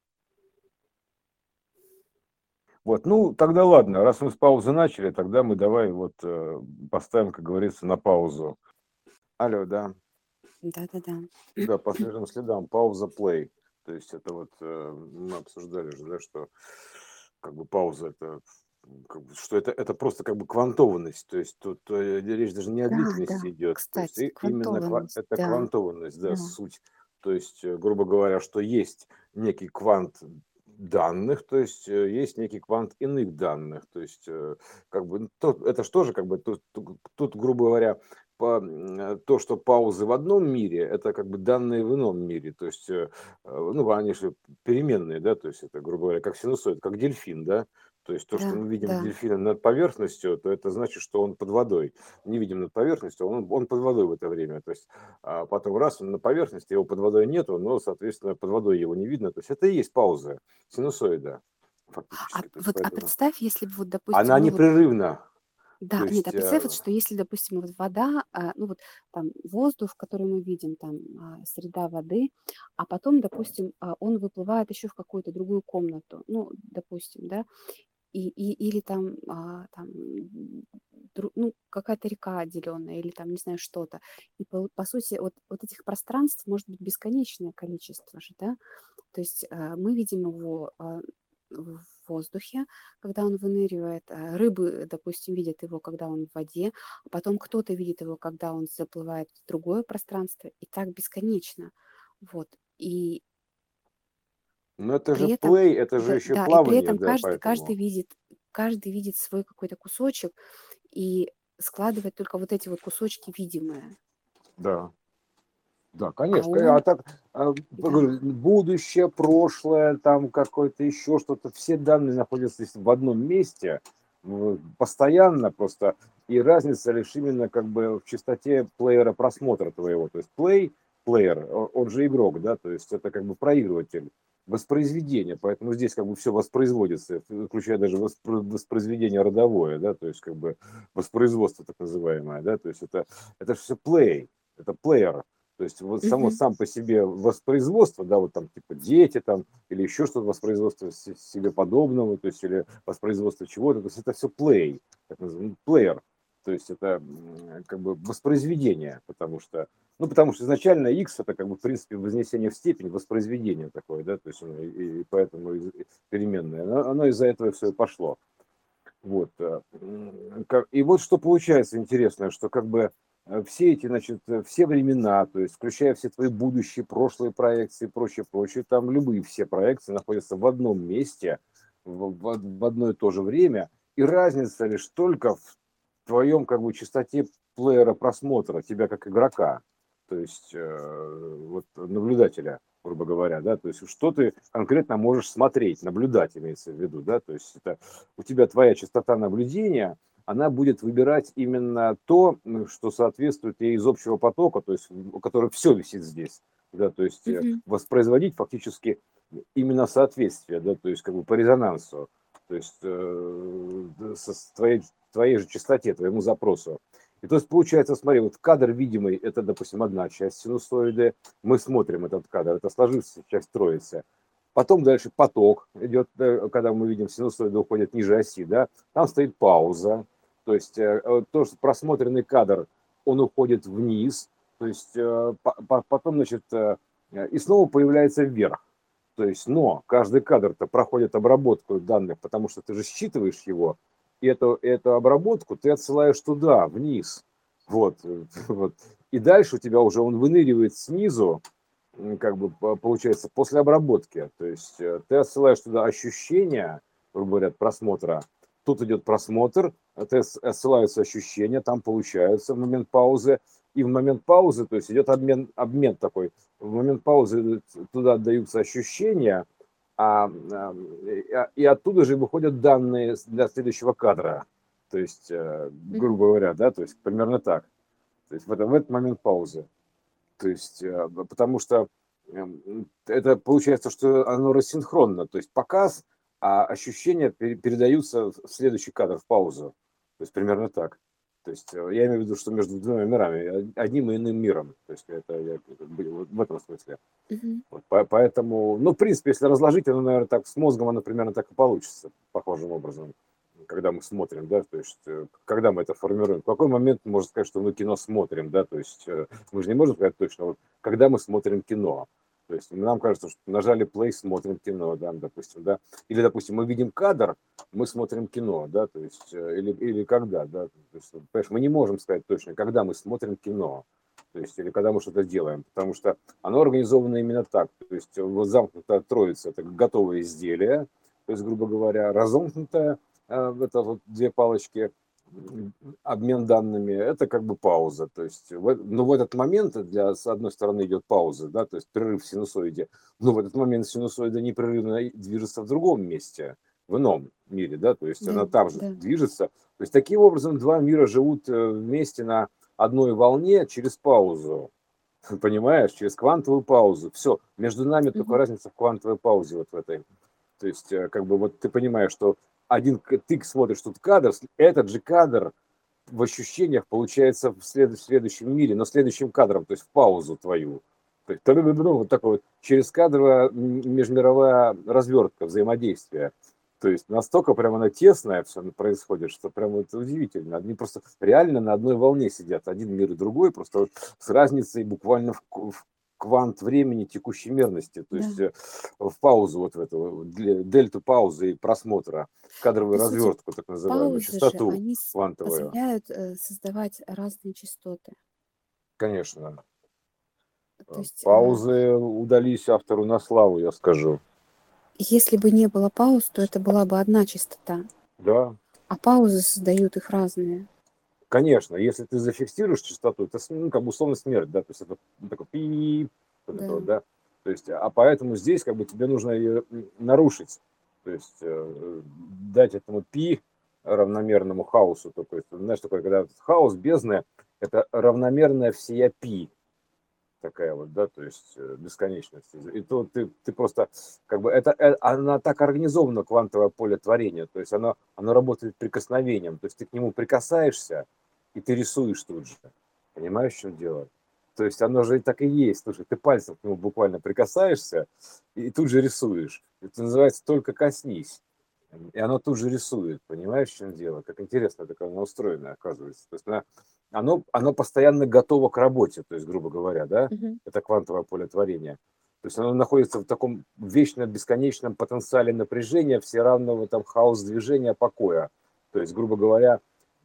вот, ну, тогда ладно, раз мы с паузы начали, тогда мы давай вот поставим, как говорится, на паузу. Алло, да. Да-да-да. Да, по свежим следам, пауза, плей. То есть это вот мы обсуждали же, да, что как бы пауза это как бы, что это просто как бы квантованность. То есть тут речь даже не о Да, длительности да, идет. То есть кстати, именно квантованность, это да, квантованность, да, да, суть. То есть, грубо говоря, что есть некий квант данных, то есть есть некий квант иных данных. То есть как бы это что же как бы тут, грубо говоря, то, что паузы в одном мире, это как бы данные в ином мире. То есть, ну, они же переменные, да, то есть это, грубо говоря, как синусоид, как дельфин, да. То есть то, да, что мы видим да. дельфина над поверхностью, то это значит, что он под водой. Не видим над поверхностью, он под водой в это время. То есть, а потом раз он на поверхности, его под водой нету, но, соответственно, под водой его не видно. То есть это и есть пауза синусоида А фактически. То есть вот, а поэтому представь, если бы вот, допустим, она ну вот, непрерывна. То да, нет, а есть, представь, вот, что если, допустим, вот вода, ну вот там воздух, который мы видим, там среда воды, а потом, допустим, он выплывает еще в какую-то другую комнату, ну, допустим, да, или там, ну, какая-то река отделенная, или там, не знаю, что-то. И по сути, вот этих пространств может быть бесконечное количество же, да. То есть мы видим его в воздухе, когда он выныривает. Рыбы, допустим, видят его, когда он в воде. А потом кто-то видит его, когда он заплывает в другое пространство. И так бесконечно. Вот. И Но это же при этом, плей, это же да, еще да, и при плавание, этом да, каждый поэтому. видит свой какой-то кусочек и складывает только вот эти вот кусочки видимые. Да. Да, А конечно. А он, так, да, говорю, будущее, прошлое, там какое-то еще что-то, все данные находятся в одном месте, постоянно просто, и разница лишь именно как бы в частоте плеера просмотра твоего. То есть плеер, он же игрок, да, то есть это как бы проигрыватель воспроизведения, поэтому здесь как бы все воспроизводится, включая даже воспроизведение родовое, да, то есть как бы воспроизводство так называемое, да, то есть это все плей, это плеер. То есть вот мгм, сам по себе воспроизводство, да, вот там типа дети там или еще что-то воспроизводство себе подобного, то есть или воспроизводство чего-то, то есть это все play, так называемый плеер. То есть это как бы воспроизведение, потому что изначально x это как бы в принципе вознесение в степень воспроизведения такое, да, то есть и поэтому переменное, оно из-за этого все и пошло. Вот. И вот что получается интересное, что как бы все эти, значит, все времена, то есть включая все твои будущие, прошлые проекции и прочее, прочее, там любые все проекции находятся в одном месте, в одно и то же время, и разница лишь только в твоем как бы частоте плеера просмотра, тебя как игрока, то есть вот наблюдателя, грубо говоря, да, то есть что ты конкретно можешь смотреть, наблюдать имеется в виду, да, то есть это у тебя твоя частота наблюдения, она будет выбирать именно то, что соответствует ей из общего потока, то есть, у которого все висит здесь, да, то есть мгм, воспроизводить фактически именно соответствие, да, то есть как бы по резонансу, то есть со твоей же частоте, твоему запросу. И то есть получается, смотри, вот кадр видимый, это, допустим, одна часть синусоиды, мы смотрим этот кадр, это сложившаяся часть троицы. Потом дальше поток идет, когда мы видим синусоиды уходят ниже оси, да, там стоит пауза, то есть то, что просмотренный кадр, он уходит вниз, то есть потом, значит, и снова появляется вверх. То есть, но каждый кадр-то проходит обработку данных, потому что ты же считываешь его, и эту обработку ты отсылаешь туда, вниз. Вот, вот. И дальше у тебя уже он выныривает снизу, как бы получается, после обработки. То есть ты отсылаешь туда ощущения, грубо говоря, от просмотра. Тут идет просмотр, отсылаются ощущения, там получаются в момент паузы. И в момент паузы, то есть идет обмен такой. В момент паузы туда отдаются ощущения, и оттуда же выходят данные для следующего кадра. То есть, мгм. грубо говоря, да, то есть примерно так. То есть в этот момент паузы. То есть, потому что это получается, что оно рассинхронно. То есть показ, а ощущения передаются в следующий кадр, в паузу. То есть примерно так. То есть я имею в виду, что между двумя мирами, одним и иным миром. То есть это я вот в этом смысле. Мгм. Вот, поэтому, ну, в принципе, если разложить, оно, наверное, так с мозгом, оно примерно так и получится, похожим образом, когда мы смотрим, да, то есть, когда мы это формируем, в какой момент можно сказать, что мы кино смотрим, да, то есть, мы же не можем сказать точно, вот, когда мы смотрим кино, то есть, нам кажется, что нажали play, смотрим кино, да, допустим, да, или, допустим, мы видим кадр, мы смотрим кино, да, то есть, или когда, да, то есть, понимаешь, мы не можем сказать точно, когда мы смотрим кино, то есть, или когда мы что-то делаем, потому что оно организовано именно так. То есть вот замкнутая троица – это готовое изделие, то есть, грубо говоря, разомкнутая, это вот две палочки, обмен данными, это как бы пауза. То есть, но в этот момент, с одной стороны идет пауза, да, то есть прерыв в синусоиде, но в этот момент синусоида непрерывно движется в другом месте, в ином мире, да, то есть Да, она там же да. движется. То есть таким образом два мира живут вместе на одной волне через паузу. Понимаешь, через квантовую паузу. Все, между нами только Мгм. разница в квантовой паузе вот в этой. То есть, как бы вот ты понимаешь, что ты смотришь тут кадр, этот же кадр в ощущениях получается в следующем мире, но следующим кадром, то есть в паузу твою. То есть, вот такой вот через кадровая межмировая развертка, взаимодействие. То есть настолько прямо она тесная все происходит, что прямо это удивительно. Они просто реально на одной волне сидят, один мир и другой, просто вот с разницей буквально в квант времени текущей мерности, то Да. есть в паузу вот в эту, дельту паузы и просмотра, кадровую По сути, развертку так называемую, паузы же, частоту они квантовую. позволяют создавать разные частоты. Конечно. То есть, Паузы удались автору на славу, я скажу. если бы не было пауз, то это была бы одна частота, Да, а паузы создают их разные. конечно, если ты зафиксируешь частоту, это ну, как бы условно смерть, да, то есть это такой пип, вот это Да. вот, да. То есть, а поэтому здесь как бы тебе нужно ее нарушить, то есть дать этому пи равномерному хаосу, то есть, знаешь, такое, когда хаос, бездна, это равномерная всея пи, такая вот, да, то есть бесконечность. И то ты просто, как бы, она так организована, квантовое поле творения, то есть оно работает прикосновением, то есть ты к нему прикасаешься, и ты рисуешь тут же. Понимаешь, в чем дело? То есть оно же так и есть. Слушай, ты пальцем к нему буквально прикасаешься, и тут же рисуешь. Это называется «только коснись». И оно тут же рисует, понимаешь, в чем дело? Как интересно, как оно устроено, оказывается. То есть оно постоянно готово к работе, то есть, грубо говоря, да, Мгм. это квантовое поле творения. То есть оно находится в таком вечно бесконечном потенциале напряжения, всеравного там хаос движения, покоя. То есть, грубо говоря,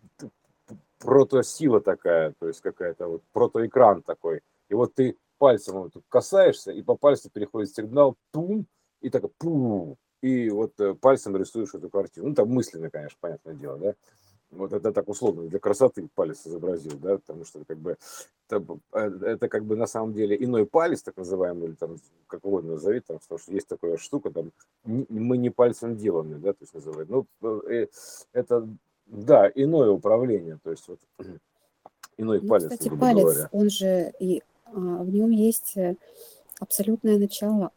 протосила такая, то есть какая-то вот протоэкран такой. И вот ты пальцем вот касаешься, и по пальцу переходит сигнал пум, и так пум, и вот пальцем рисуешь эту картину. Ну, там мысленно, конечно, понятное дело, да. Вот это так условно, для красоты палец изобразил, да, потому что как бы это как бы на самом деле иной палец, так называемый, или там как угодно назови, там, потому что есть такая штука, там, мы не пальцем деланы, да, то есть называют. Ну, это, да, иное управление, то есть вот иной Ну, палец, кстати, грубо палец, говоря. он же и в нем есть абсолютное начало,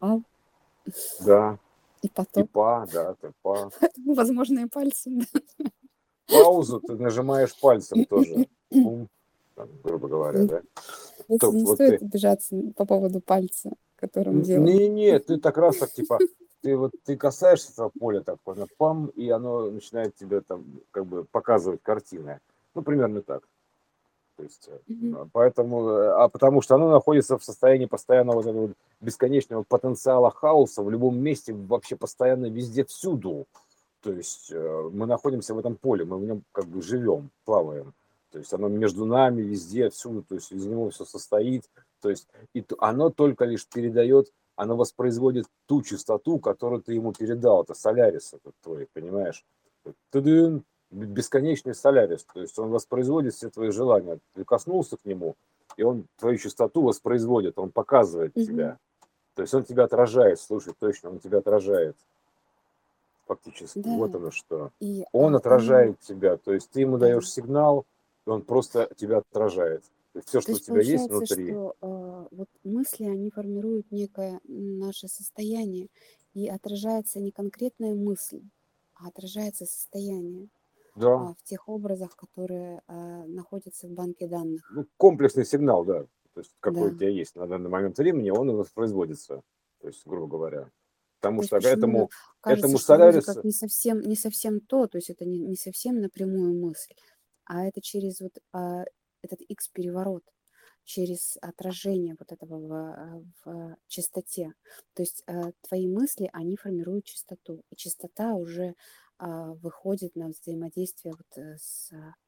Да, и и поток. па, да, это па. Поэтому, возможно, и пальцем. Паузу ты нажимаешь пальцем тоже, Да. пум, там, грубо говоря, да. Если То, не вот стоит ты обижаться по поводу пальца, которым дело. Не, ты так раз так типа, ты касаешься этого поля так, понял, пам, и оно начинает тебе там как бы показывать картины. Ну, примерно так. То есть, Мгм. поэтому, потому что оно находится в состоянии постоянного вот этого вот бесконечного потенциала хаоса в любом месте, вообще постоянно везде, всюду. То есть мы находимся в этом поле, мы в нем как бы живем, плаваем. То есть оно между нами, везде, всюду, то есть из него все состоит. То есть оно только лишь передает, оно воспроизводит ту частоту, которую ты ему передал. Это Солярис этот твой, понимаешь? Тудын, бесконечный Солярис. То есть он воспроизводит все твои желания. Ты коснулся к нему, и он твою частоту воспроизводит, он показывает Мгм. тебя. То есть он тебя отражает, слушай, точно, он тебя отражает фактически. Вот Да, оно что. и Он он, отражает тебя, то есть ты ему да. даешь сигнал, и он просто тебя отражает. То есть все, То что у есть тебя есть получается, внутри, что вот мысли, они формируют некое наше состояние, и отражается не конкретная мысль, а отражается состояние да, в тех образах, которые находятся в банке данных. ну, комплексный сигнал, да. То есть какой у Да. тебя есть на данный момент времени, он и воспроизводится, то есть, грубо говоря. Потому То есть что почему кажется, этому что вроде как Солярису, не совсем то, то есть это не совсем напрямую мысль, а это через вот этот X-переворот, через отражение вот этого в частоте. То есть твои мысли, они формируют частоту, и частота уже выходит на взаимодействие вот с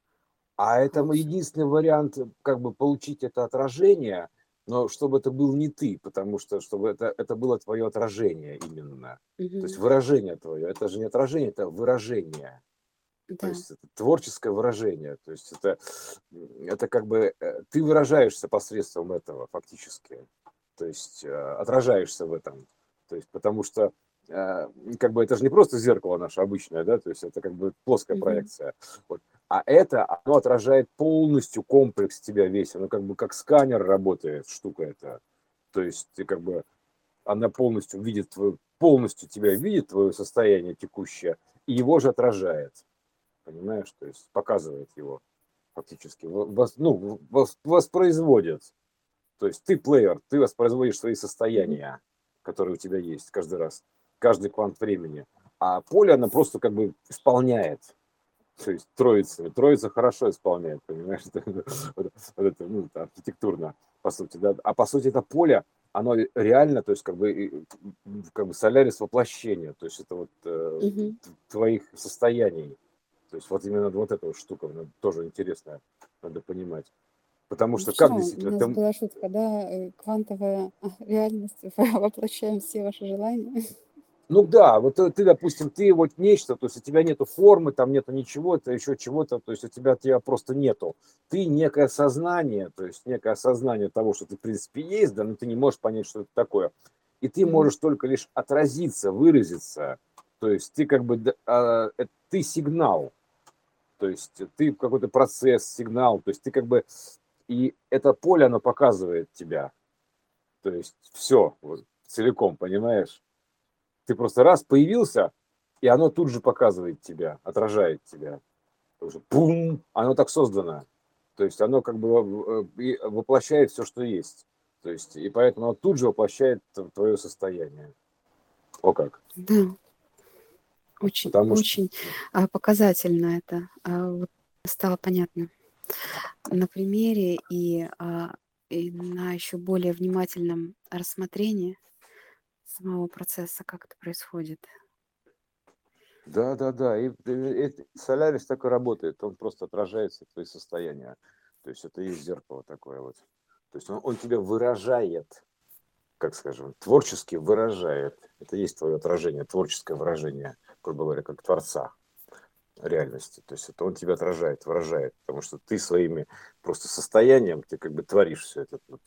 а это хаосом. единственный вариант, как бы получить это отражение, но чтобы это был не ты, потому что чтобы это было твое отражение именно. То есть Мгм. выражение твое. Это же не отражение, это выражение. То Да. есть это творческое выражение. То есть это как бы ты выражаешься посредством этого фактически. То есть отражаешься в этом. То есть потому что как бы это же не просто зеркало наше обычное, да, то есть это как бы плоская Мгм. проекция. Вот. А это, оно отражает полностью комплекс тебя весь. Оно как бы как сканер работает, штука эта. То есть ты как бы, она полностью видит твою, полностью тебя видит, твое состояние текущее, и его же отражает. Понимаешь, то есть показывает его фактически, ну, воспроизводит. То есть ты плеер, ты воспроизводишь свои Мгм. состояния, которые у тебя есть каждый раз, каждый квант времени. А поле, оно просто как бы исполняет. То есть троица хорошо исполняет, понимаешь, вот это, ну, это архитектурно, по сути, да. А по сути это поле, оно реально, то есть как бы Солярис воплощение, то есть это вот Мгм. твоих состояний. То есть вот именно вот эта вот штука, она тоже интересная, надо понимать. Потому Ну что вчера как у действительно, нас ты, была шутка, да, квантовая реальность, воплощаем все ваши желания. ну да, вот ты, допустим, ты вот нечто, то есть у тебя нету формы, там нету ничего, это еще чего-то, то есть тебя просто нету. Ты некое сознание, то есть некое осознание того, что ты в принципе есть, да, но ты не можешь понять, что это такое. И ты Мгм. можешь только лишь отразиться, выразиться. То есть ты как бы, ты сигнал, то есть ты какой-то процесс, сигнал, то есть ты как бы, и это поле, оно показывает тебя. То есть все, вот, целиком, понимаешь? Ты просто раз появился, и оно тут же показывает тебя, отражает тебя. Тоже бум, оно так создано. То есть оно как бы воплощает все, что есть. То есть, и поэтому оно тут же воплощает твое состояние. О как. Да, очень, Потому что, очень показательно это. Вот стало понятно на примере и на еще более внимательном рассмотрении самого процесса, как это происходит. да, да, да. И Солярис так и работает. Он просто отражается твои состояния. То есть это и есть зеркало такое вот. То есть он тебя выражает, как скажем, творчески выражает. Это и есть твое отражение, творческое выражение, грубо говоря, как творца реальности. То есть это он тебя отражает, выражает, потому что ты своими просто состоянием, ты как бы творишь все это. Вот.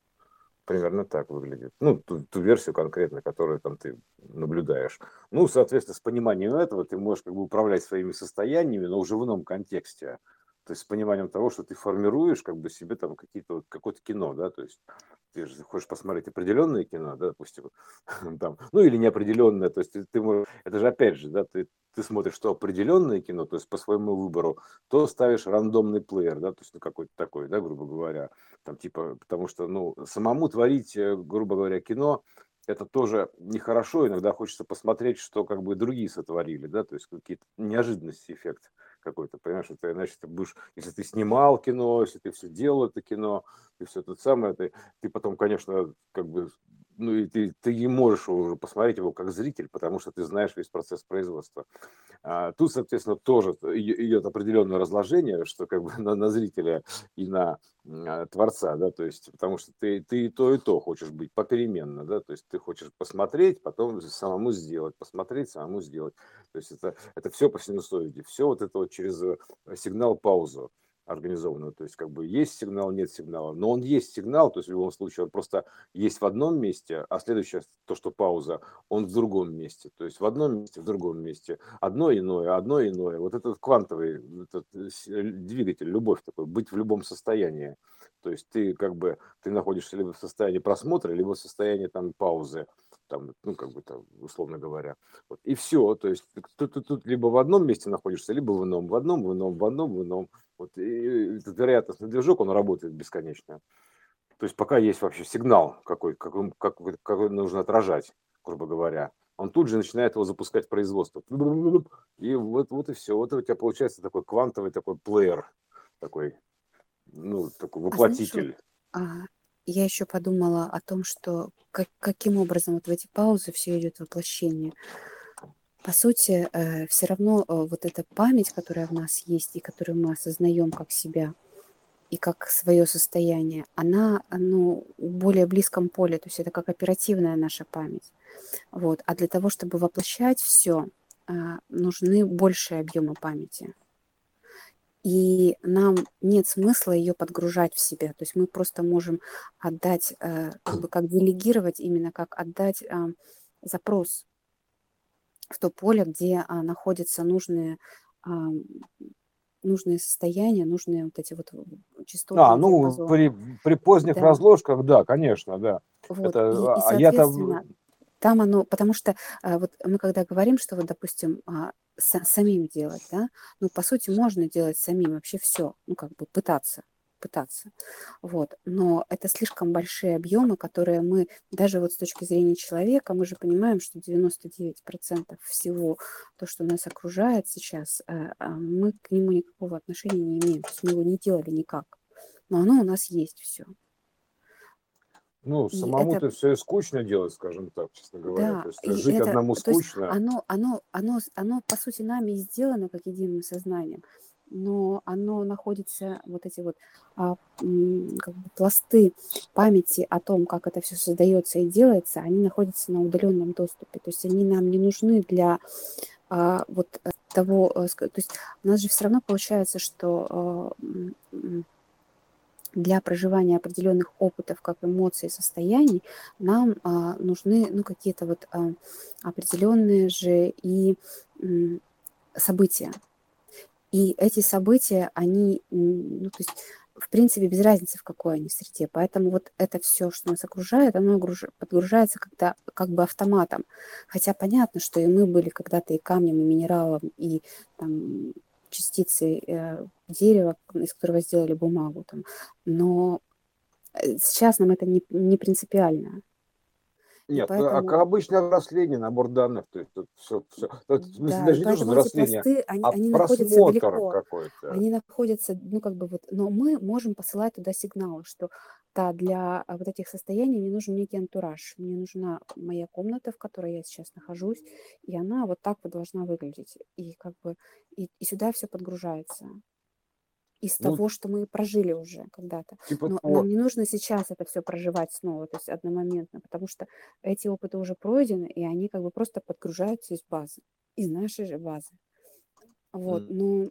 Примерно так выглядит. Ну, ту версию конкретно, которую там ты наблюдаешь. Ну, соответственно, с пониманием этого ты можешь как бы управлять своими состояниями, но уже в ином контексте. То есть с пониманием того, что ты формируешь как бы себе там какие-то вот, какое-то кино, да, то есть ты же хочешь посмотреть определенное кино, да, допустим, там, ну или неопределенное, то есть ты можешь, это же опять же, да, ты смотришь что определенное кино, то есть по своему выбору, то ставишь рандомный плеер, да, то есть ну, какой-то такой, да, грубо говоря, там типа, потому что, ну, самому творить, грубо говоря, кино, это тоже нехорошо, иногда хочется посмотреть, что как бы другие сотворили, да, то есть какие-то неожиданности, эффект какой-то, понимаешь, это иначе ты будешь, если ты снимал кино, если ты все делал это кино, и все то самое, ты потом, конечно, как бы, ну и ты не можешь уже посмотреть его как зритель, потому что ты знаешь весь процесс производства. Тут, соответственно, тоже идет определенное разложение, что как бы на зрителя и на творца, да, то есть, потому что ты и то хочешь быть попеременно, да, то есть ты хочешь посмотреть, потом самому сделать, посмотреть, самому сделать. То есть это все по синусоиде, все вот это вот через сигнал-паузу организованную. То есть как бы есть сигнал, нет сигнала, но он есть сигнал, то есть в любом случае он просто есть в одном месте, а следующее, то, что пауза, он в другом месте. То есть в одном месте, в другом месте. Одно иное, одно иное. Вот этот квантовый этот двигатель, любовь такой, быть в любом состоянии. То есть ты как бы, ты находишься либо в состоянии просмотра, либо в состоянии там паузы, там, ну, как бы там, условно говоря. Вот. И все, то есть тут либо в одном месте находишься, либо в ином, в одном, в ином, в одном, в ином. Вот и этот вероятностный движок, он работает бесконечно. То есть пока есть вообще сигнал какой нужно отражать, грубо говоря, он тут же начинает его запускать в производство. И вот и все. Вот у тебя получается такой квантовый такой плеер, такой, ну, такой А знаешь, вот воплотитель. а, я еще подумала о том, что каким образом вот в эти паузы все идет воплощение. По сути, все равно вот эта память, которая в нас есть и которую мы осознаем как себя и как свое состояние, она ну, в более близком поле, то есть это как оперативная наша память. Вот. А для того, чтобы воплощать все, нужны большие объемы памяти. И нам нет смысла ее подгружать в себя. То есть мы просто можем отдать, как бы как делегировать, именно как отдать запрос в то поле, где находятся а, нужные состояния, нужные вот эти вот частотные Ну, диапазоны. при поздних Да, разложках, да, конечно, да. вот. И Это, я-то, соответственно, там оно, потому что вот мы когда говорим, что вот, допустим, самим делать, да, ну, по сути, можно делать самим вообще все, ну, как бы пытаться, вот, но это слишком большие объемы, которые мы, даже вот с точки зрения человека, мы же понимаем, что 99% всего, то, что нас окружает сейчас, мы к нему никакого отношения не имеем, то есть мы его не делали никак, но оно у нас есть все. ну, И это самому-то все и скучно делать, скажем так, честно говоря. Да, То есть и жить это, одному то есть скучно. оно по сути нами и сделано как единым сознанием. но оно находится, вот эти вот как бы пласты памяти о том, как это все создается и делается, они находятся на удаленном доступе. То есть они нам не нужны для вот того, то есть у нас же все равно получается, что для проживания определенных опытов, как эмоций, состояний, нам нужны ну, какие-то вот определенные же и события. И эти события, они, ну, то есть, в принципе, без разницы, в какой они среде. Поэтому вот это все, что нас окружает, оно подгружается когда, как бы автоматом. Хотя понятно, что и мы были когда-то и камнем, и минералом, и там, частицей дерева, из которого сделали бумагу. Там. Но сейчас нам это не принципиально. И Нет, как поэтому, обычное взросление, набор данных, то есть тут все, в смысле, да, и даже не то, что поэтому эти взросление, пласты, они, а они находятся просмотр далеко. какой-то. Они находятся, ну, как бы вот, но мы можем посылать туда сигналы, что да, для вот этих состояний мне нужен некий антураж, мне нужна моя комната, в которой я сейчас нахожусь, и она вот так вот должна выглядеть. И как бы и сюда все подгружается из Ну, того, что мы прожили уже когда-то. типа Но нам того. не нужно сейчас это все проживать снова, то есть одномоментно, потому что эти опыты уже пройдены, и они как бы просто подгружаются из базы, из нашей же базы. Вот, но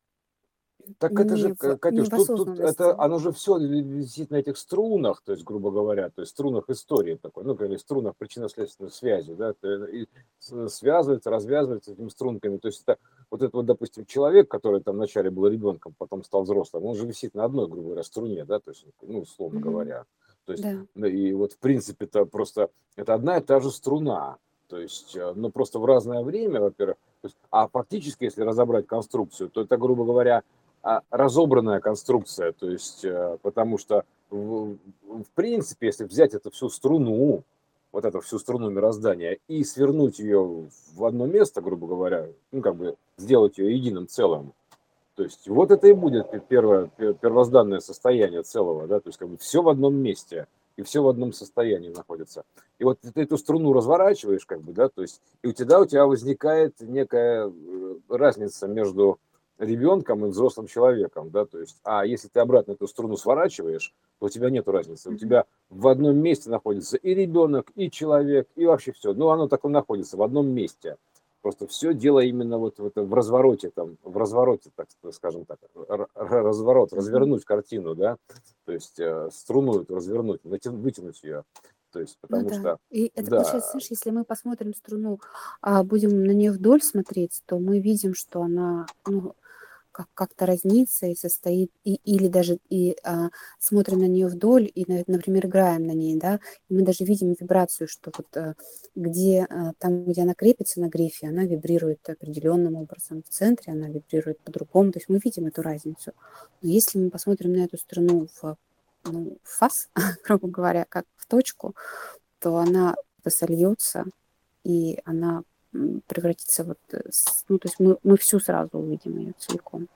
Так это же, не Катюш, в тут это, осознанности. оно же все висит на этих струнах, то есть, грубо говоря, то есть струнах истории такой, ну, или струнах причинно-следственной связи, да, и связывается, развязывается этими струнками, то есть это вот этот вот, допустим, человек, который там вначале был ребенком, потом стал взрослым, он же висит на одной, грубо говоря, струне, да, то есть, ну, условно Мгм. говоря, то есть, Да. ну, и вот в принципе это просто, это одна и та же струна, то есть, ну, просто в разное время, во-первых, то есть, а фактически, если разобрать конструкцию, то это, грубо говоря, разобранная конструкция, то есть, потому что в принципе, если взять эту всю струну, вот эту всю струну мироздания и свернуть ее в одно место, грубо говоря, ну, как бы сделать ее единым целым, то есть вот это и будет первое, первозданное состояние целого, да, то есть как бы все в одном месте и все в одном состоянии находится. И вот ты эту струну разворачиваешь, как бы, да, то есть и у тебя возникает некая разница между ребенком и взрослым человеком, да, то есть, а если ты обратно эту струну сворачиваешь, то у тебя нет разницы, у Мгм. тебя в одном месте находится и ребенок, и человек, и вообще все, ну оно так и находится в одном месте. Просто все дело именно вот в развороте, там, в развороте, так скажем так, разворот, Мгм. развернуть картину, да, то есть струну эту развернуть, вытянуть ее, то есть Ну потому да. что, И это получается, да, знаешь, если мы посмотрим струну, будем на нее вдоль смотреть, то мы видим, что она, ну, как-то разнится и состоит, или даже смотрим на нее вдоль и, например, играем на ней, да, и мы даже видим вибрацию, что вот там, где она крепится на грифе, она вибрирует определенным образом, в центре она вибрирует по-другому, то есть мы видим эту разницу. Но если мы посмотрим на эту струну ну, в фас, грубо говоря, как в точку, то она сольется, и она превратится вот, ну, то есть мы всю сразу увидим ее целиком.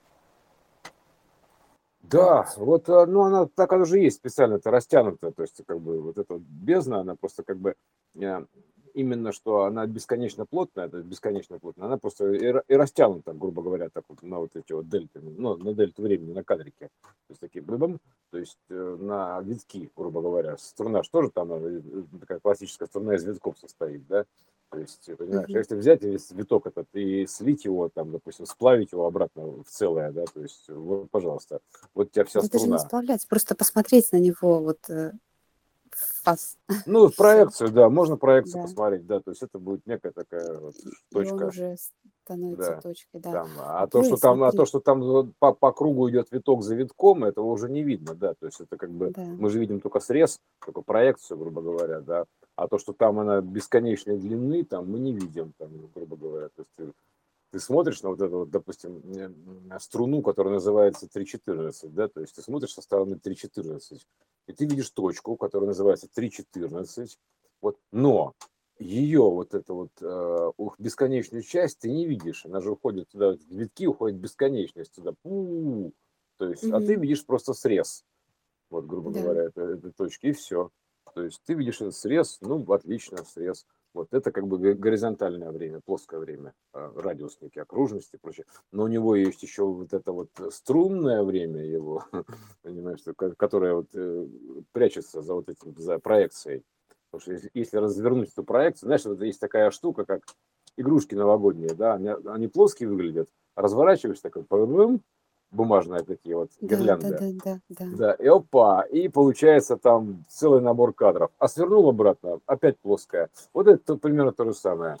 да, вот, ну, она так оно же есть специально, это растянуто, то есть, как бы, вот эта вот бездна, она просто, как бы, э, именно что она бесконечно плотная, это бесконечно плотная, она просто и растянута, грубо говоря, так вот на вот эти вот дельты, ну, на дельту времени, на кадрике, то есть, такие блыбом, то есть, на витки, грубо говоря, струна же тоже там, такая классическая струна из витков состоит, да, то есть, понимаешь, Мгм. если взять весь виток этот и слить его, там, допустим, сплавить его обратно в целое, да, то есть, вот, пожалуйста, вот у тебя вся Да даже не струна. сплавлять, просто посмотреть на него вот в фас, Ну, и в все. проекцию, да, можно проекцию Да. посмотреть, да, то есть это будет некая такая вот И он точка, уже становится да, точкой, да. там, То есть а то, смотри, что там вот по кругу идет виток за витком, этого уже не видно, да, то есть это как бы, да. мы же видим только срез, только проекцию, грубо говоря, да, а то, что там она бесконечной длины, там мы не видим, там, грубо говоря, то есть ты смотришь на вот эту вот, допустим, струну, которая называется 3,14, да, то есть ты смотришь со стороны 3,14, и ты видишь точку, которая называется 3,14, вот, но ее вот эту вот бесконечную часть ты не видишь, она же уходит туда, витки уходят в бесконечность туда, то есть, а ты Мгм. видишь просто срез, вот, грубо Да. говоря, этой точки, и все. То есть ты видишь этот срез, ну, отлично, срез. Вот это как бы горизонтальное время, плоское время, радиус некий, окружности и прочее. Но у него есть еще вот это вот струнное время его, понимаешь, которое вот прячется за вот этим, за проекцией. Потому что если развернуть эту проекцию, знаешь, вот есть такая штука, как игрушки новогодние, да, они плоские выглядят, разворачиваешь такой, бумажные такие вот Да, да, гирлянды. да, да, да. Да, и опа, и получается там целый набор кадров. А свернул обратно, опять плоская. Вот это примерно то же самое.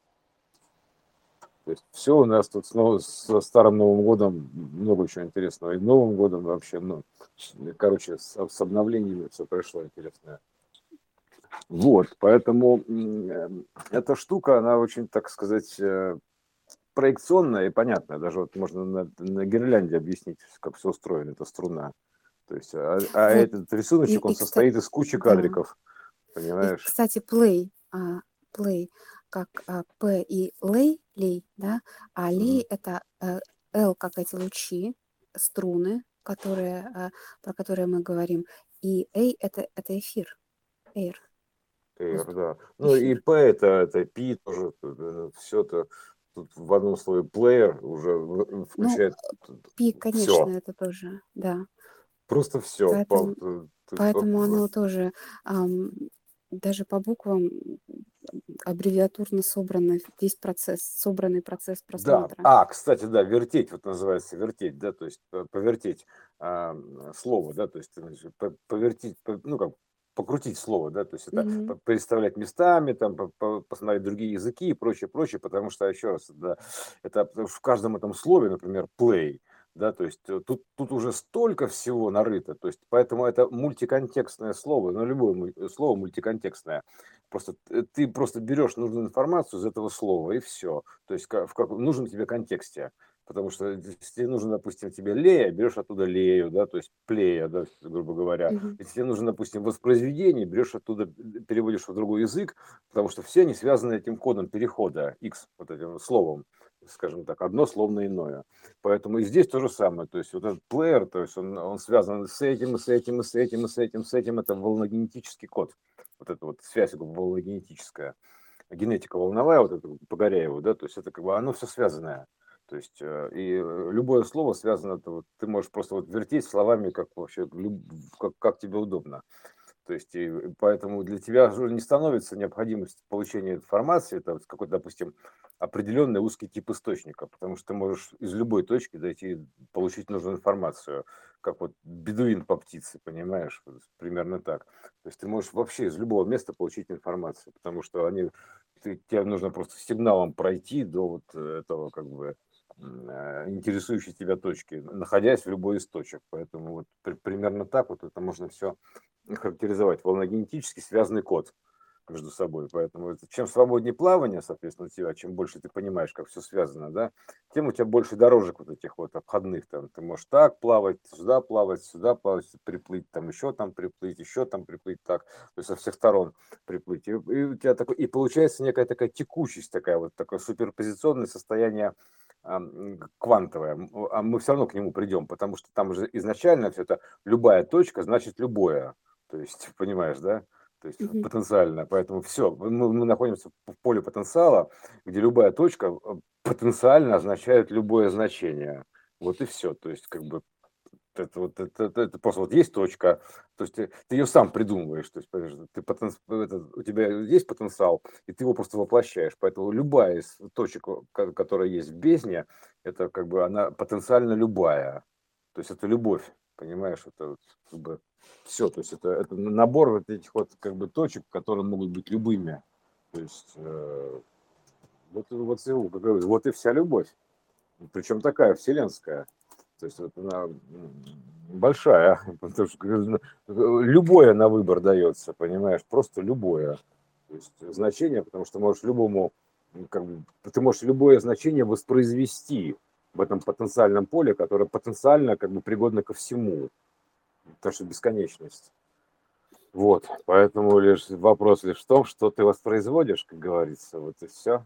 То есть все у нас тут со Старым Новым годом много чего интересного. И Новым годом вообще, ну, короче, с обновлениями все пришло интересное. Вот, поэтому эта штука, она очень, так сказать, проекционная и понятная. Даже вот можно на гирлянде объяснить, как все устроено, эта струна. То есть, Вот. этот рисуночек, он состоит из кучи Да. кадриков, И, понимаешь? кстати, play, как П и лей, да, а лей Мгм. это Л, как эти лучи, струны, про которые мы говорим, и A это эфир, air, Эйр, воздух, да. Ну и эфир. P это P тоже, все это тут в одном слове плеер уже Ну, включает пи, конечно, все, это тоже, да. просто все. Поэтому, поэтому оно тоже даже по буквам аббревиатурно собранный процесс Да, просмотра. кстати, да, вертеть, вот называется вертеть, да, то есть повертеть слово, да, то есть значит, повертеть, ну как покрутить слово, да, то есть это Мгм. переставлять местами, там посмотреть другие языки и прочее, прочее, потому что еще раз, да, это в каждом этом слове, например, play, да, то есть тут уже столько всего нарыто, то есть поэтому это мультиконтекстное слово, но любое слово мультиконтекстное. Просто ты просто берешь нужную информацию из этого слова и все. То есть в нужном тебе контексте. Потому что если тебе нужно, допустим, тебе Лея, берешь оттуда Лею, да, то есть Плея, да, грубо говоря. Мгм. Если тебе нужно, допустим, воспроизведение, берешь оттуда, переводишь в другой язык, потому что все они связаны этим кодом перехода, X, вот этим словом, скажем так, одно словно иное. Поэтому и здесь то же самое. То есть вот этот плеер, то есть он связан с этим, и с этим, и с этим, и с этим, с этим. Это волногенетический код. Вот эта вот связь волногенетическая, генетика волновая, вот это Погоряева, да, то есть это как бы оно все связанное. То есть любое слово связано, вот, ты можешь просто вот вертеть словами, как вообще, как тебе удобно. То есть, и поэтому для тебя уже не становится необходимость получения информации, это вот какой-то, допустим, определенный узкий тип источника, потому что ты можешь из любой точки дойти, получить нужную информацию, как вот бедуин по птице, понимаешь, вот примерно так. То есть ты можешь вообще из любого места получить информацию, потому что тебе нужно просто сигналом пройти до вот этого как бы интересующей тебя точки, находясь в любой из точек. Поэтому вот примерно так вот это можно все характеризовать волногенетически связанный код между собой. Поэтому чем свободнее плавание, соответственно, у тебя, чем больше ты понимаешь, как все связано, да, тем у тебя больше дорожек вот этих вот обходных. Там, ты можешь так плавать, сюда плавать, приплыть, там еще там приплыть так, то есть со всех сторон приплыть. И у тебя такой, и получается некая такая текучесть, такая вот такое суперпозиционное состояние квантовое, а мы все равно к нему придем, потому что там уже изначально все это любая точка значит любое. То есть, понимаешь, да? То есть Мгм. потенциально. Поэтому все, мы находимся в поле потенциала, где любая точка потенциально означает любое значение. Вот и все. То есть, как бы это просто вот есть точка, то есть ты ее сам придумываешь, то есть у тебя есть потенциал, и ты его просто воплощаешь. Поэтому любая из точек, которая есть в бездне, это как бы она потенциально любая. То есть это любовь, понимаешь, это вот как бы все, то есть это набор вот этих вот как бы точек, которые могут быть любыми. То есть вот и вся любовь. Причем такая вселенская. То есть вот она большая, потому что любое на выбор дается, понимаешь, просто любое. То есть значение, потому что можешь любому, как бы, ты можешь любое значение воспроизвести в этом потенциальном поле, которое потенциально как бы пригодно ко всему, потому что бесконечность. Вот, поэтому лишь вопрос лишь в том, что ты воспроизводишь, как говорится, вот и все.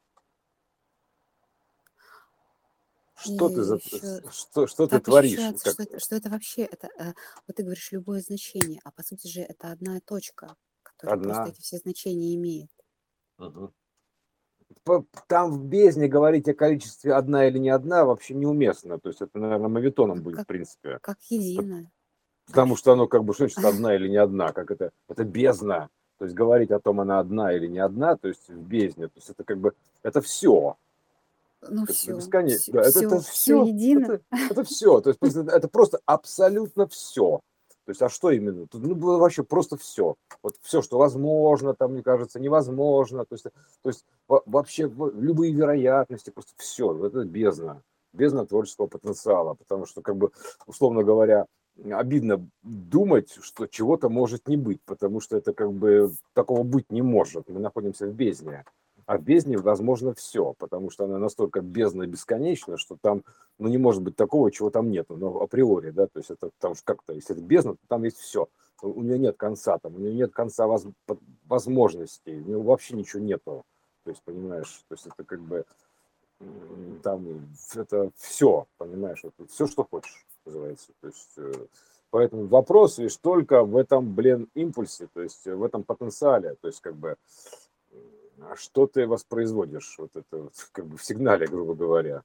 И Что ты, еще что ты так творишь, ощущается, как, что это вообще, вот ты говоришь любое значение, а по сути же это одна точка, которая просто одна. эти все значения имеет. Мгм. Там в бездне говорить о количестве одна или не одна вообще неуместно. То есть это, наверное, моветоном Как, будет, в как, принципе. как П- едино. Потому что оно как бы, что значит одна или не одна? Как это бездна. То есть говорить о том, она одна или не одна, то есть в бездне. То есть это как бы, это все. Ну То есть это все, бесконечно. все, Да, это все, все все. едино. Это все. То есть это просто абсолютно все. То есть, а что именно? Тут ну, было вообще просто все. Вот все, что возможно, там, мне кажется, невозможно. То есть вообще любые вероятности, просто все. Это бездна. Бездна творческого потенциала. Потому что, как бы, условно говоря, обидно думать, что чего-то может не быть, потому что это как бы такого быть не может. Мы находимся в бездне. А в бездне возможно все, потому что она настолько бездна бесконечна, что там ну, не может быть такого, чего там нету, ну, априори, да, то есть это потому что как-то, если это бездна, то там есть все. У нее нет конца, там, у нее нет конца возможностей, у нее вообще ничего нету. То есть, понимаешь, то есть это как бы там это все, понимаешь, это все, что хочешь, называется. То есть, поэтому вопрос лишь только в этом, блин, импульсе, то есть в этом потенциале, то есть как бы что ты воспроизводишь, вот это вот, как бы в сигнале, грубо говоря.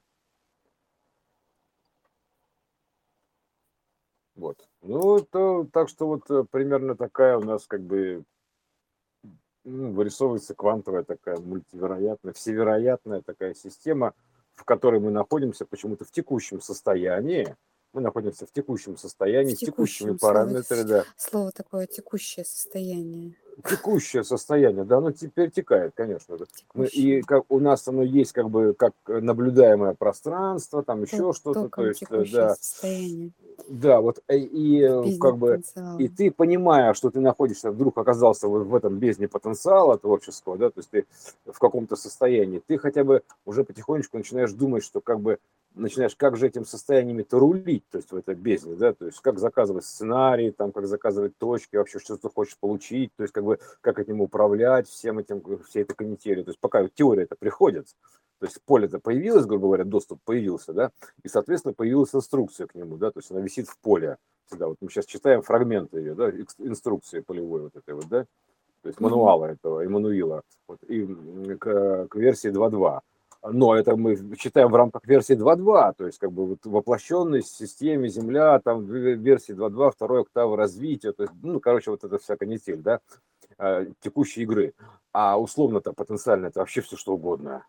Вот. Ну, то, так что вот примерно такая у нас как бы вырисовывается квантовая такая мультивероятная, всевероятная такая система, в которой мы находимся почему-то в текущем состоянии. Мы находимся в текущем В состоянии с текущими текущем слово, параметрами, да. слово такое текущее состояние. Текущее состояние, да, оно теперь текает, конечно. Мы, и Текущее. как у нас оно есть как бы как наблюдаемое пространство, там еще что-то, то Током есть, текущее да, состояние. да, вот В бездне как бы и потенциала. ты, понимая, что ты находишься, вдруг оказался вот в этом бездне потенциала творческого, да, то есть ты в каком-то состоянии, ты хотя бы уже потихонечку начинаешь думать, что как бы начинаешь, как же этим состояниями-то рулить, то есть в этой бездне, да, то есть как заказывать сценарий, там, как заказывать точки, вообще что ты хочешь получить, то есть как бы как этим управлять, всем этим, всей этой канителью, то есть пока вот теория это приходит, то есть поле-то появилось, грубо говоря, доступ появился, да, и, соответственно, появилась инструкция к нему, да, то есть она висит в поле всегда. Вот мы сейчас читаем фрагменты ее, да, инструкции полевой вот этой вот, да, то есть Мгм. мануала этого, Эммануила, вот, и к версии 2.2. Но это мы читаем в рамках версии 2.2, то есть как бы вот воплощенной в системе Земля, там версии 2.2, второй октавы развития, то есть, ну, короче, вот это вся канитель, да, текущей игры. А условно-то потенциально это вообще все что угодно.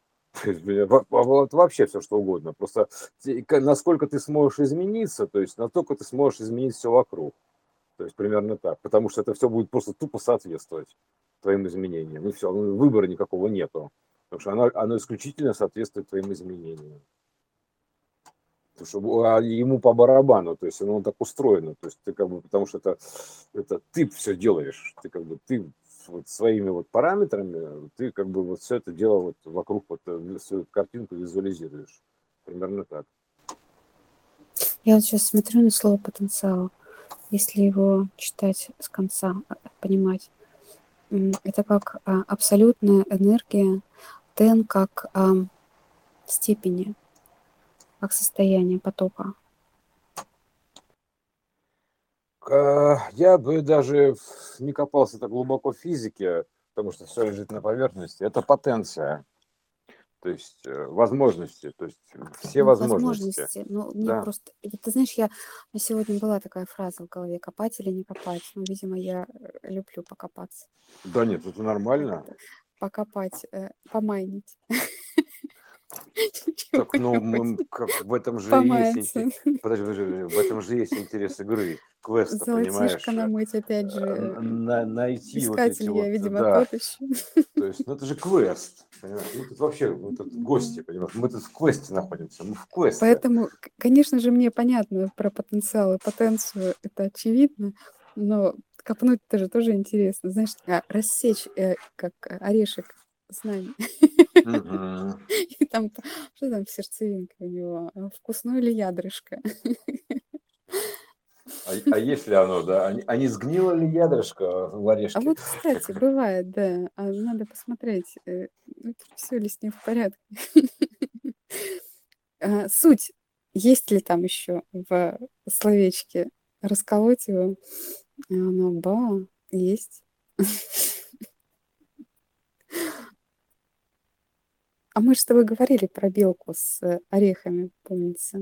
Вот вообще все что угодно. Просто насколько ты сможешь измениться, то есть настолько ты сможешь изменить все вокруг. То есть примерно так. Потому что это все будет просто тупо соответствовать твоим изменениям. И все, выбора никакого нету. Потому что оно исключительно соответствует твоим изменениям. Потому что ему по барабану, то есть оно так устроено. То есть ты как бы, потому что это ты все делаешь. Ты как бы ты вот своими вот параметрами, ты как бы вот все это дело вот вокруг вот всю эту картинку визуализируешь. Примерно так. Я вот сейчас смотрю на слово потенциал. Если его читать с конца, понимать, это как абсолютная энергия, тен как степени, как состояние потока. Я бы даже не копался так глубоко в физике, потому что все лежит на поверхности. Это потенция, то есть возможности, то есть все Ну, возможности. возможности, ну, мне Да, просто... Ты знаешь, у меня сегодня была такая фраза в голове: копать или не копать. Ну, видимо, я люблю покопаться. да нет, это Как нормально. это? Покопать, помайнить. Так, ну, Чего-нибудь. как в этом же и есть Помаяться. подожди, подожди, в этом же есть интерес игры, квеста, Золотишко понимаешь? намыть, опять же. Найти вот эти Искатель я, вот, видимо, да, тот еще. то есть, ну это же квест, понимаешь? Мы тут вообще, мы тут гости, понимаешь? Мы тут в квесте находимся, мы в квесте. Поэтому, конечно же, мне понятно про потенциал и потенцию, это очевидно, но копнуть-то же тоже интересно. Знаешь, рассечь, как орешек знаний. Мгм. И там, что там в сердцевинке у него? Вкусное или ядрышко? А если оно, да? А не сгнило ли ядрышко в А орешке? вот, кстати, бывает, да, надо посмотреть, все ли с ним в порядке. Суть, есть ли там еще в словечке, расколоть его, и оно, есть. А мы же с тобой говорили про белку с орехами, помнится,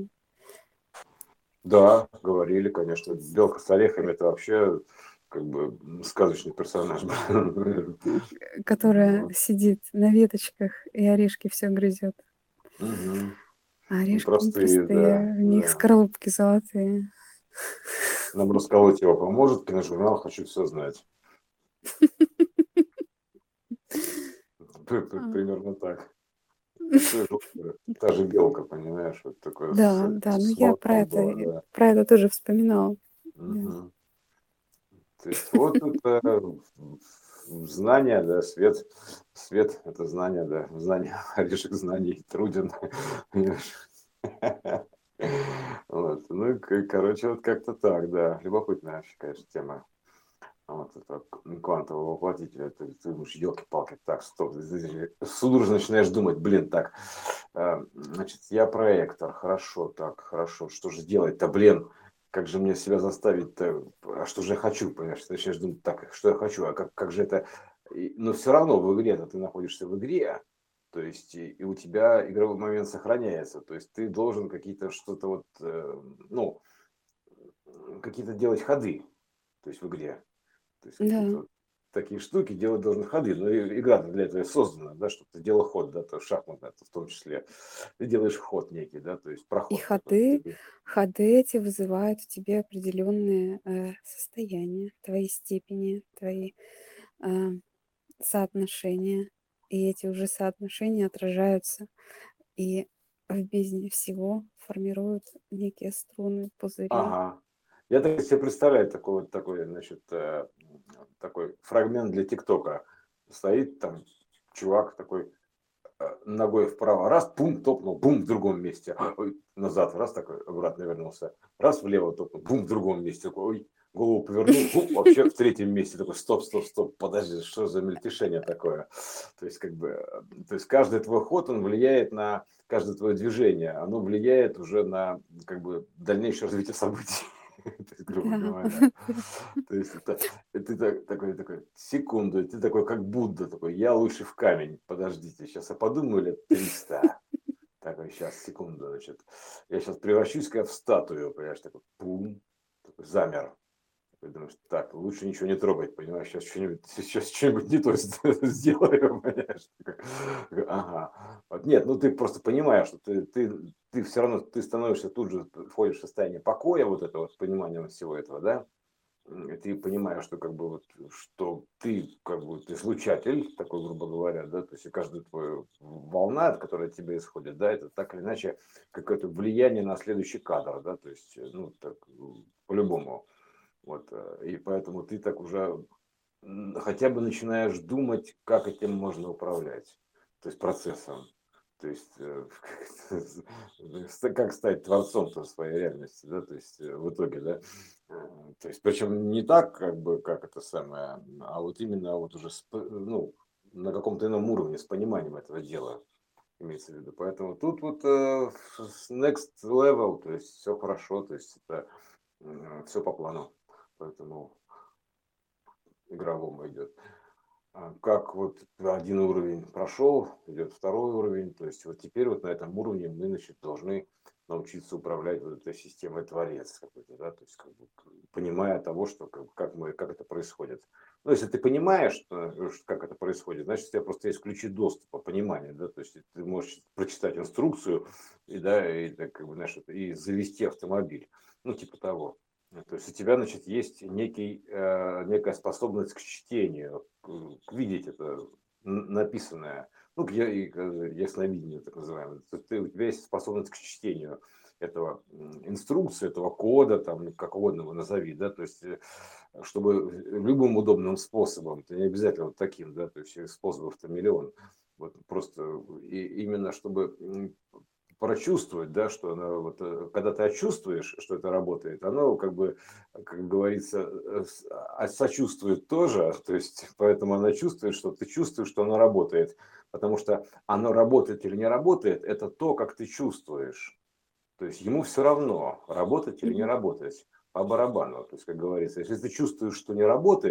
Да, говорили, конечно. Белка с орехами это вообще как бы сказочный персонаж. которая Вот. сидит на веточках и орешки все грызет. Мгм. А орешки Непростые, непростые, да, в них да. скорлупки золотые. Нам расколоть его поможет киножурнал «Хочу все знать». А. Примерно так. Вот та же белка, понимаешь, вот такое Да, да, ну с я молоком было, да. про это тоже вспоминала. Да. Мгм. То есть вот это знание, да, свет это знание, да, знание, орешек знаний, труден, понимаешь? Вот, ну, короче, вот как-то так, да, любопытная вообще, конечно, тема. Вот это квантового воплотителя, ты думаешь, елки-палки, так, стоп, ты судорожно начинаешь думать, блин, так, значит, я проектор, хорошо, так, хорошо, что же делать-то, блин, как же мне себя заставить-то, а что же я хочу, понимаешь, ты начинаешь думать, так, что я хочу, а как же это, но все равно в игре ты находишься в игре, то есть и у тебя игровой момент сохраняется, то есть ты должен какие-то что-то вот, ну, какие-то делать ходы, то есть в игре. То есть Да. какие-то вот такие штуки делать должен ходы. Но игра для этого и создана, да, чтобы ты делал ход, да, то шахматы в том числе. Ты делаешь ход некий, да, то есть И проход такой. ходы эти вызывают в тебе определенные состояния, твои степени, твои э, соотношения. И эти уже соотношения отражаются и в бездне всего формируют некие струны, пузыри. Ага. Я так себе представляю такой, значит, такой фрагмент для ТикТока. Стоит там чувак такой, ногой вправо, раз, пум, топнул, бум, в другом месте. Ой, назад, раз такой, обратно вернулся. Раз, влево топнул, бум, в другом месте. Такой, ой, голову повернул, бум, вообще в третьем месте. Такой, стоп, стоп, стоп, подожди, что за мельтешение такое? То есть, как бы, то есть, каждый твой ход, он влияет на каждое твое движение. Оно влияет уже на, как бы, дальнейшее развитие событий. То есть, грубо Да, говоря. То есть это, ты такой, секунду, и ты такой, как Будда, такой, я лучше в камень, подождите, сейчас я подумаю лет 300. Такой, сейчас, секунду, значит, я сейчас превращусь как в статую, понимаешь, такой, пум, такой, замер. Ты думаешь, так, лучше ничего не трогать, понимаешь, сейчас что-нибудь не то сделаю, понимаешь. Ага. Вот, нет, ну ты просто понимаешь, что ты все равно, ты становишься тут же, входишь в состояние покоя, вот это вот понимание всего этого, да, ты понимаешь, что как бы вот, что ты как бы ты случатель, такой, грубо говоря, да, то есть и каждая твоя волна, от которой от тебя исходит, да, это так или иначе какое-то влияние на следующий кадр, да, то есть, ну, так, по-любому. Вот, и поэтому ты так уже хотя бы начинаешь думать, как этим можно управлять, то есть процессом. То есть, как стать творцом своей реальности, да, то есть в итоге, да. То есть, причем не так, как бы, как это самое, а вот именно вот уже, ну, на каком-то ином уровне, с пониманием этого дела имеется в виду. Поэтому тут вот next level, то есть все хорошо, то есть это все по плану. Поэтому игровому идет. Как вот один уровень прошел, идет второй уровень, то есть вот теперь вот на этом уровне мы, значит, должны научиться управлять вот этой системой творец какой-то, да, то есть как бы, понимая того, что как это происходит. Ну, если ты понимаешь, как это происходит, значит, у тебя просто есть ключи доступа, понимания, да, то есть ты можешь прочитать инструкцию и, да, и, так, как бы, знаешь, и завести автомобиль, ну, типа того. То есть у тебя, значит, есть некая способность к чтению, видеть это написанное, ну, ясновидение, так называемое. То есть у тебя есть способность к чтению этого инструкции, этого кода, там, как угодно его назови, да, то есть, чтобы любым удобным способом, это не обязательно вот таким, да, то есть способов-то миллион, вот просто именно чтобы прочувствовать, да, что оно, вот, когда ты чувствуешь, что это работает, оно, как бы, как говорится, сочувствует тоже, то есть поэтому она чувствует, что ты чувствуешь, что оно работает, потому что оно работает или не работает, это то, как ты чувствуешь. То есть ему все равно, работать или не Мгм. работать, по барабану. То есть, как говорится, если ты чувствуешь, что не работает,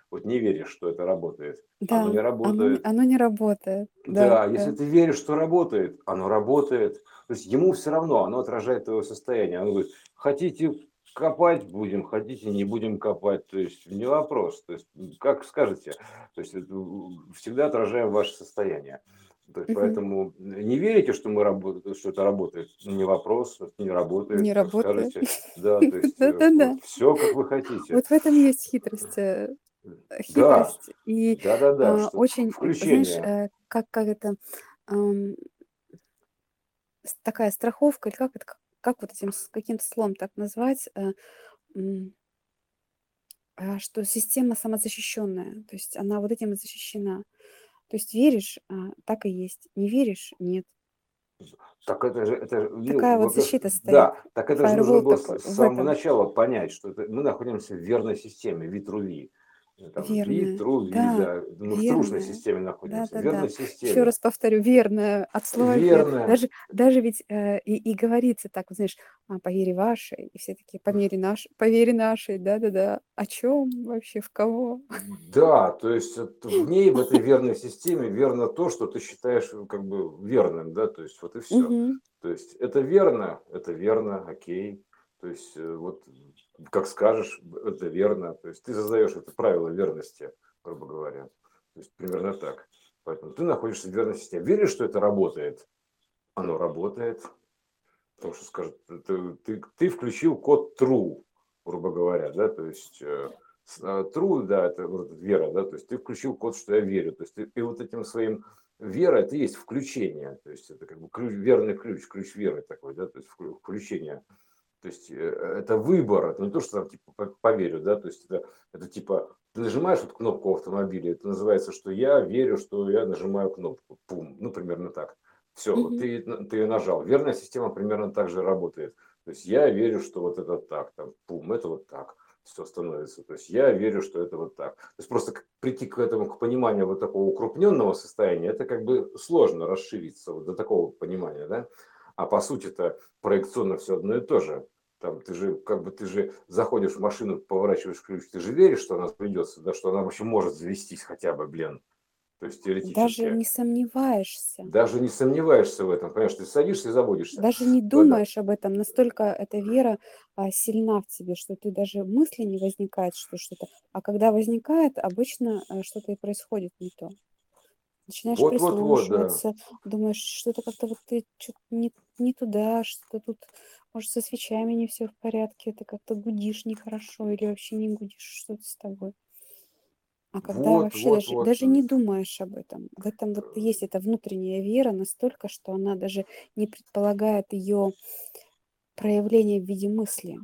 вот не веришь, что это работает, оно не Да, работает. оно не работает. Да, Да, если да. ты веришь, что работает, оно работает. То есть ему все равно, оно отражает твое состояние. Оно говорит, хотите копать будем, хотите не будем копать. То есть не вопрос. То есть как скажете. То есть это, всегда отражаем ваше состояние. То есть, Мгм. поэтому не верите, что мы работаем, что это работает, не вопрос, это не Не работает, как работает. скажете. Да, то есть вот Да-да-да. все как вы хотите. Вот в этом есть хитрость, Да, хитрость. И да, что очень, знаешь, включение. как это, ам, такая страховка, или как это, как вот этим каким-то словом так назвать, м, что система самозащищенная, то есть она вот этим и защищена. То есть веришь, так и есть, не веришь, нет. Так это же, ну, Такая вот во-первых, защита стоит. да, так это же нужно Фаервол было такой с в самого этом. начала понять, что мы находимся в верной системе, Витруви. Там Верная. Витруви, Да, да, мы в трушной верная. системе находимся, в Да-да-да. верной Еще системе. раз повторю, верная, от слова вер. Верная, Даже ведь, и говорится так, вот знаешь, по вере вашей, и все такие по вере нашей, да-да-да. О чем вообще, в кого? да, то есть в ней, в этой верной системе верно то, что ты считаешь как бы верным, да, то есть вот и все. Мгм. То есть это верно, окей. То есть вот как скажешь, это верно. То есть ты создаешь это правило верности, грубо говоря. То есть примерно так. Поэтому ты находишься в верной системе. Веришь, что это работает? Оно работает. Потому что скажет, ты включил код true, грубо говоря, да, то есть true, да, это вот вера, да, то есть ты включил код, что я верю, то есть ты вот этим своим вера, это и есть включение, то есть это как бы верный ключ, ключ веры такой, да, то есть включение, то есть это выбор, это не то, что там типа поверю, да, то есть это типа ты нажимаешь вот кнопку в автомобиле, это называется, что я верю, что я нажимаю кнопку, пум, ну примерно так. Все, вот Мгм. ты ее нажал. Верная система примерно так же работает. То есть я верю, что вот это так, там, пум, это вот так все становится. То есть я верю, что это вот так. То есть просто прийти к этому, к пониманию вот такого укрупненного состояния, это как бы сложно расшириться вот до такого понимания, да? А по сути это проекционно все одно и то же. Там ты же, как бы ты же заходишь в машину, поворачиваешь ключ, ты же веришь, что она заведется, да, что она вообще может завестись хотя бы, блин. То есть Даже теоретически. не сомневаешься. Даже не сомневаешься в этом, понимаешь, ты садишься и заводишься. Даже не Да. думаешь об этом. Настолько эта вера, сильна в тебе, что ты даже мысли не возникает, что что-то. А когда возникает, обычно, что-то и происходит не то. Начинаешь Вот, да. прислушиваться, думаешь, что-то как-то вот ты чё-то не туда, что-то тут, может, со свечами не все в порядке, ты как-то гудишь нехорошо или вообще не гудишь, что-то с тобой. А когда Вот, вообще вот, даже вот. даже не думаешь об этом, в этом вот и есть эта внутренняя вера настолько, что она даже не предполагает ее проявление в виде мысли.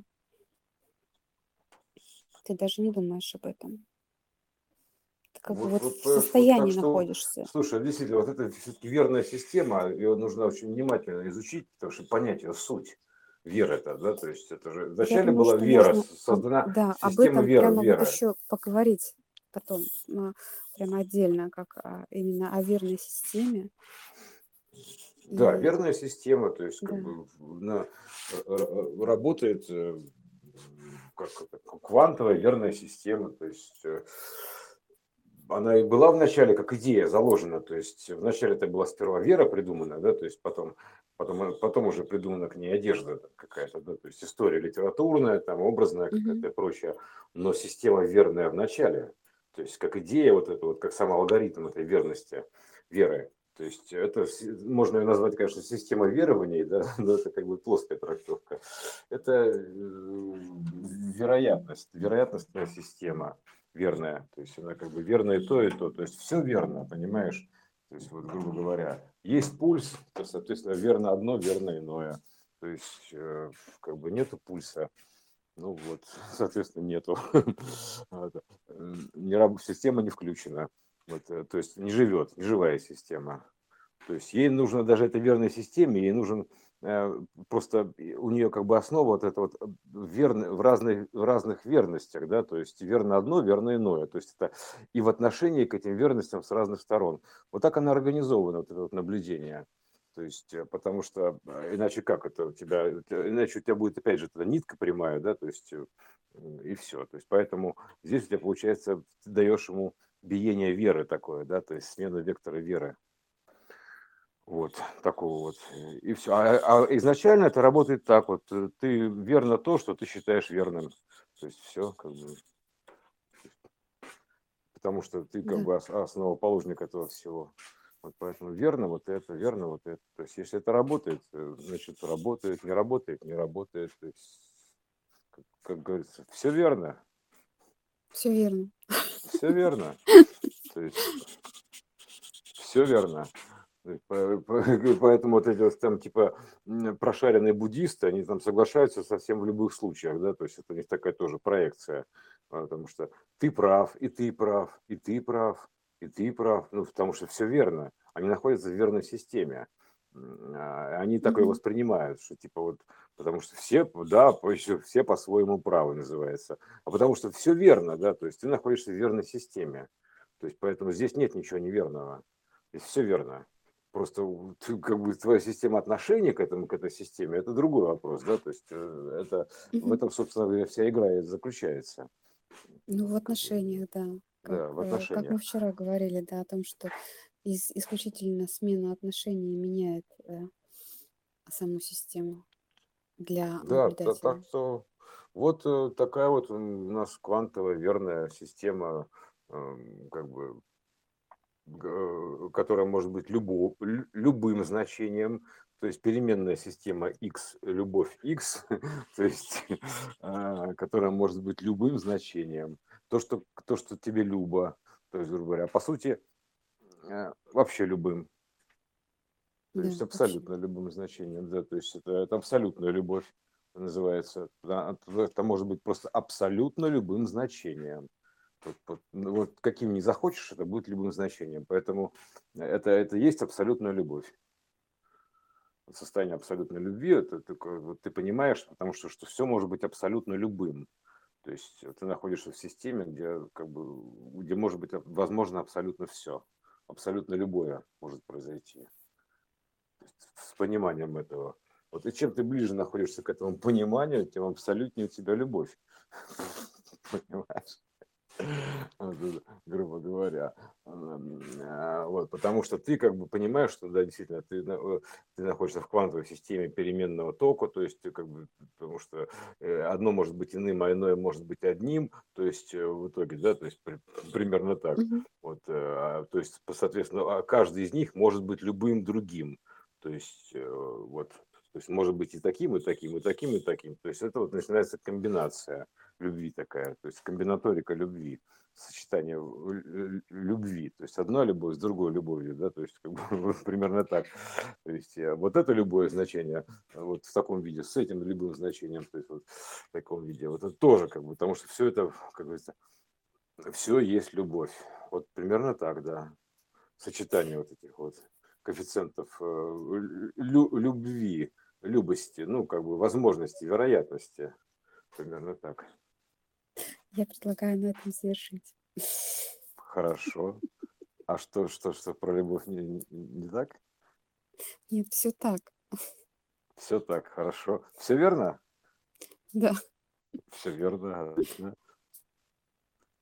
Ты даже не думаешь об этом. Ты как бы вот в Понимаешь, вот так состоянии что, находишься. слушай, действительно, вот это все-таки верная система, ее нужно очень внимательно изучить, потому что понять ее суть. Вера это, да, то есть это же Я вначале думаю, была что вера, можно, создана да, об система этом веры, прямо вот веры. еще поговорить потом, прямо отдельно, как именно о верной системе. Да, И верная система, то есть как да, бы работает как это, квантовая верная система, то есть она и была вначале как идея заложена, то есть вначале это была сперва вера придумана, да, то есть потом уже придумана к ней одежда какая-то, да, то есть история литературная, там образная мгм, какая-то и прочее, но система верная в начале, то есть как идея вот это вот, как сам алгоритм этой верности, веры. То есть это можно ее назвать, конечно, система верований, да, но это как бы плоская трактовка. Это вероятностная система верная. То есть она как бы верная и то, и то. То есть все верно, понимаешь? То есть, вот, грубо говоря, есть пульс, то, соответственно, верно одно, верно иное. То есть, как бы нету пульса, ну вот, соответственно, нету. Система не включена. Вот, то есть не живет, не живая система. То есть ей нужно даже этой верной системе, ей нужен просто у нее как бы основа вот это вот в разных верностях, да, то есть верно одно, верно иное, то есть это и в отношении к этим верностям с разных сторон. Вот так она организована, вот это вот наблюдение. То есть, потому что иначе как это у тебя, иначе у тебя будет опять же эта нитка прямая, да, то есть И все. То есть поэтому здесь у тебя получается, ты даешь ему биение веры такое, да, то есть смену вектора веры. Вот, такого вот. И все. А изначально это работает так вот. Ты верно то, что ты считаешь верным. То есть все, как бы, потому что ты как Да. бы основоположник этого всего. Вот поэтому верно вот это, верно вот это. То есть если это работает, значит работает, не работает, не работает. То есть, как говорится, все верно, Все верно. все верно. То есть все верно. Поэтому вот эти вот там типа прошаренные буддисты, они там соглашаются совсем в любых случаях, да, то есть это у них такая тоже проекция, потому что ты прав, и ты прав, и ты прав, и ты прав, ну, потому что все верно, они находятся в верной системе. Они такое Мгм. воспринимают, что типа вот, потому что все, да, еще все по-своему правы называется, а потому что все верно, да, то есть ты находишься в верной системе, то есть поэтому здесь нет ничего неверного, здесь все верно. Просто как бы твоя система отношений к этому, к этой системе, это другой вопрос, да, то есть это в Мгм. этом, собственно говоря, вся игра и заключается, Ну, в как бы, отношениях, да. да, в Как мы отношениях. вчера говорили, да, о том, что исключительно смена отношений меняет саму систему для Да, так наблюдателя. что вот такая вот у нас квантовая верная система, как бы, которая может быть любым значением, то есть переменная система x, любовь x, то есть, которая может быть любым значением, то, что тебе любо, то есть, грубо говоря, по сути, вообще любым, то Да, есть вообще. абсолютно любым значением, да, то есть это абсолютная любовь называется, да, это может быть просто абсолютно любым значением. Вот каким не захочешь, это будет любым значением. Поэтому это есть абсолютная любовь. Состояние абсолютной любви, это такое, вот ты понимаешь, потому что все может быть абсолютно любым. То есть ты находишься в системе, где, как бы, где может быть возможно абсолютно все. Абсолютно любое может произойти. То есть с пониманием этого. Вот и чем ты ближе находишься к этому пониманию, тем абсолютнее у тебя любовь. Понимаешь? Вот это, грубо говоря. Вот, потому что ты как бы понимаешь, что да, действительно, ты находишься в квантовой системе переменного тока, то есть ты как бы, потому что одно может быть иным, а иное может быть одним, то есть в итоге, да, то есть примерно так. Мгм. Вот, то есть, соответственно, каждый из них может быть любым другим. То есть, вот, то есть может быть и таким, и таким, и таким, и таким. То есть это вот начинается комбинация любви такая, то есть комбинаторика любви, сочетание любви, то есть одна любовь с другой любовью, да, то есть как бы, вот примерно так. То есть вот это любое значение вот в таком виде, с этим любым значением, то есть вот в таком виде, вот это тоже как бы, потому что все это, как говорится, все есть любовь. Вот примерно так, да. Сочетание вот этих вот коэффициентов любви, любости, ну, как бы возможности, вероятности. Примерно так. Я предлагаю на этом завершить. Хорошо. А что про любовь не так? Нет, все так. Все так, хорошо. Все верно? Да. Все верно, отлично.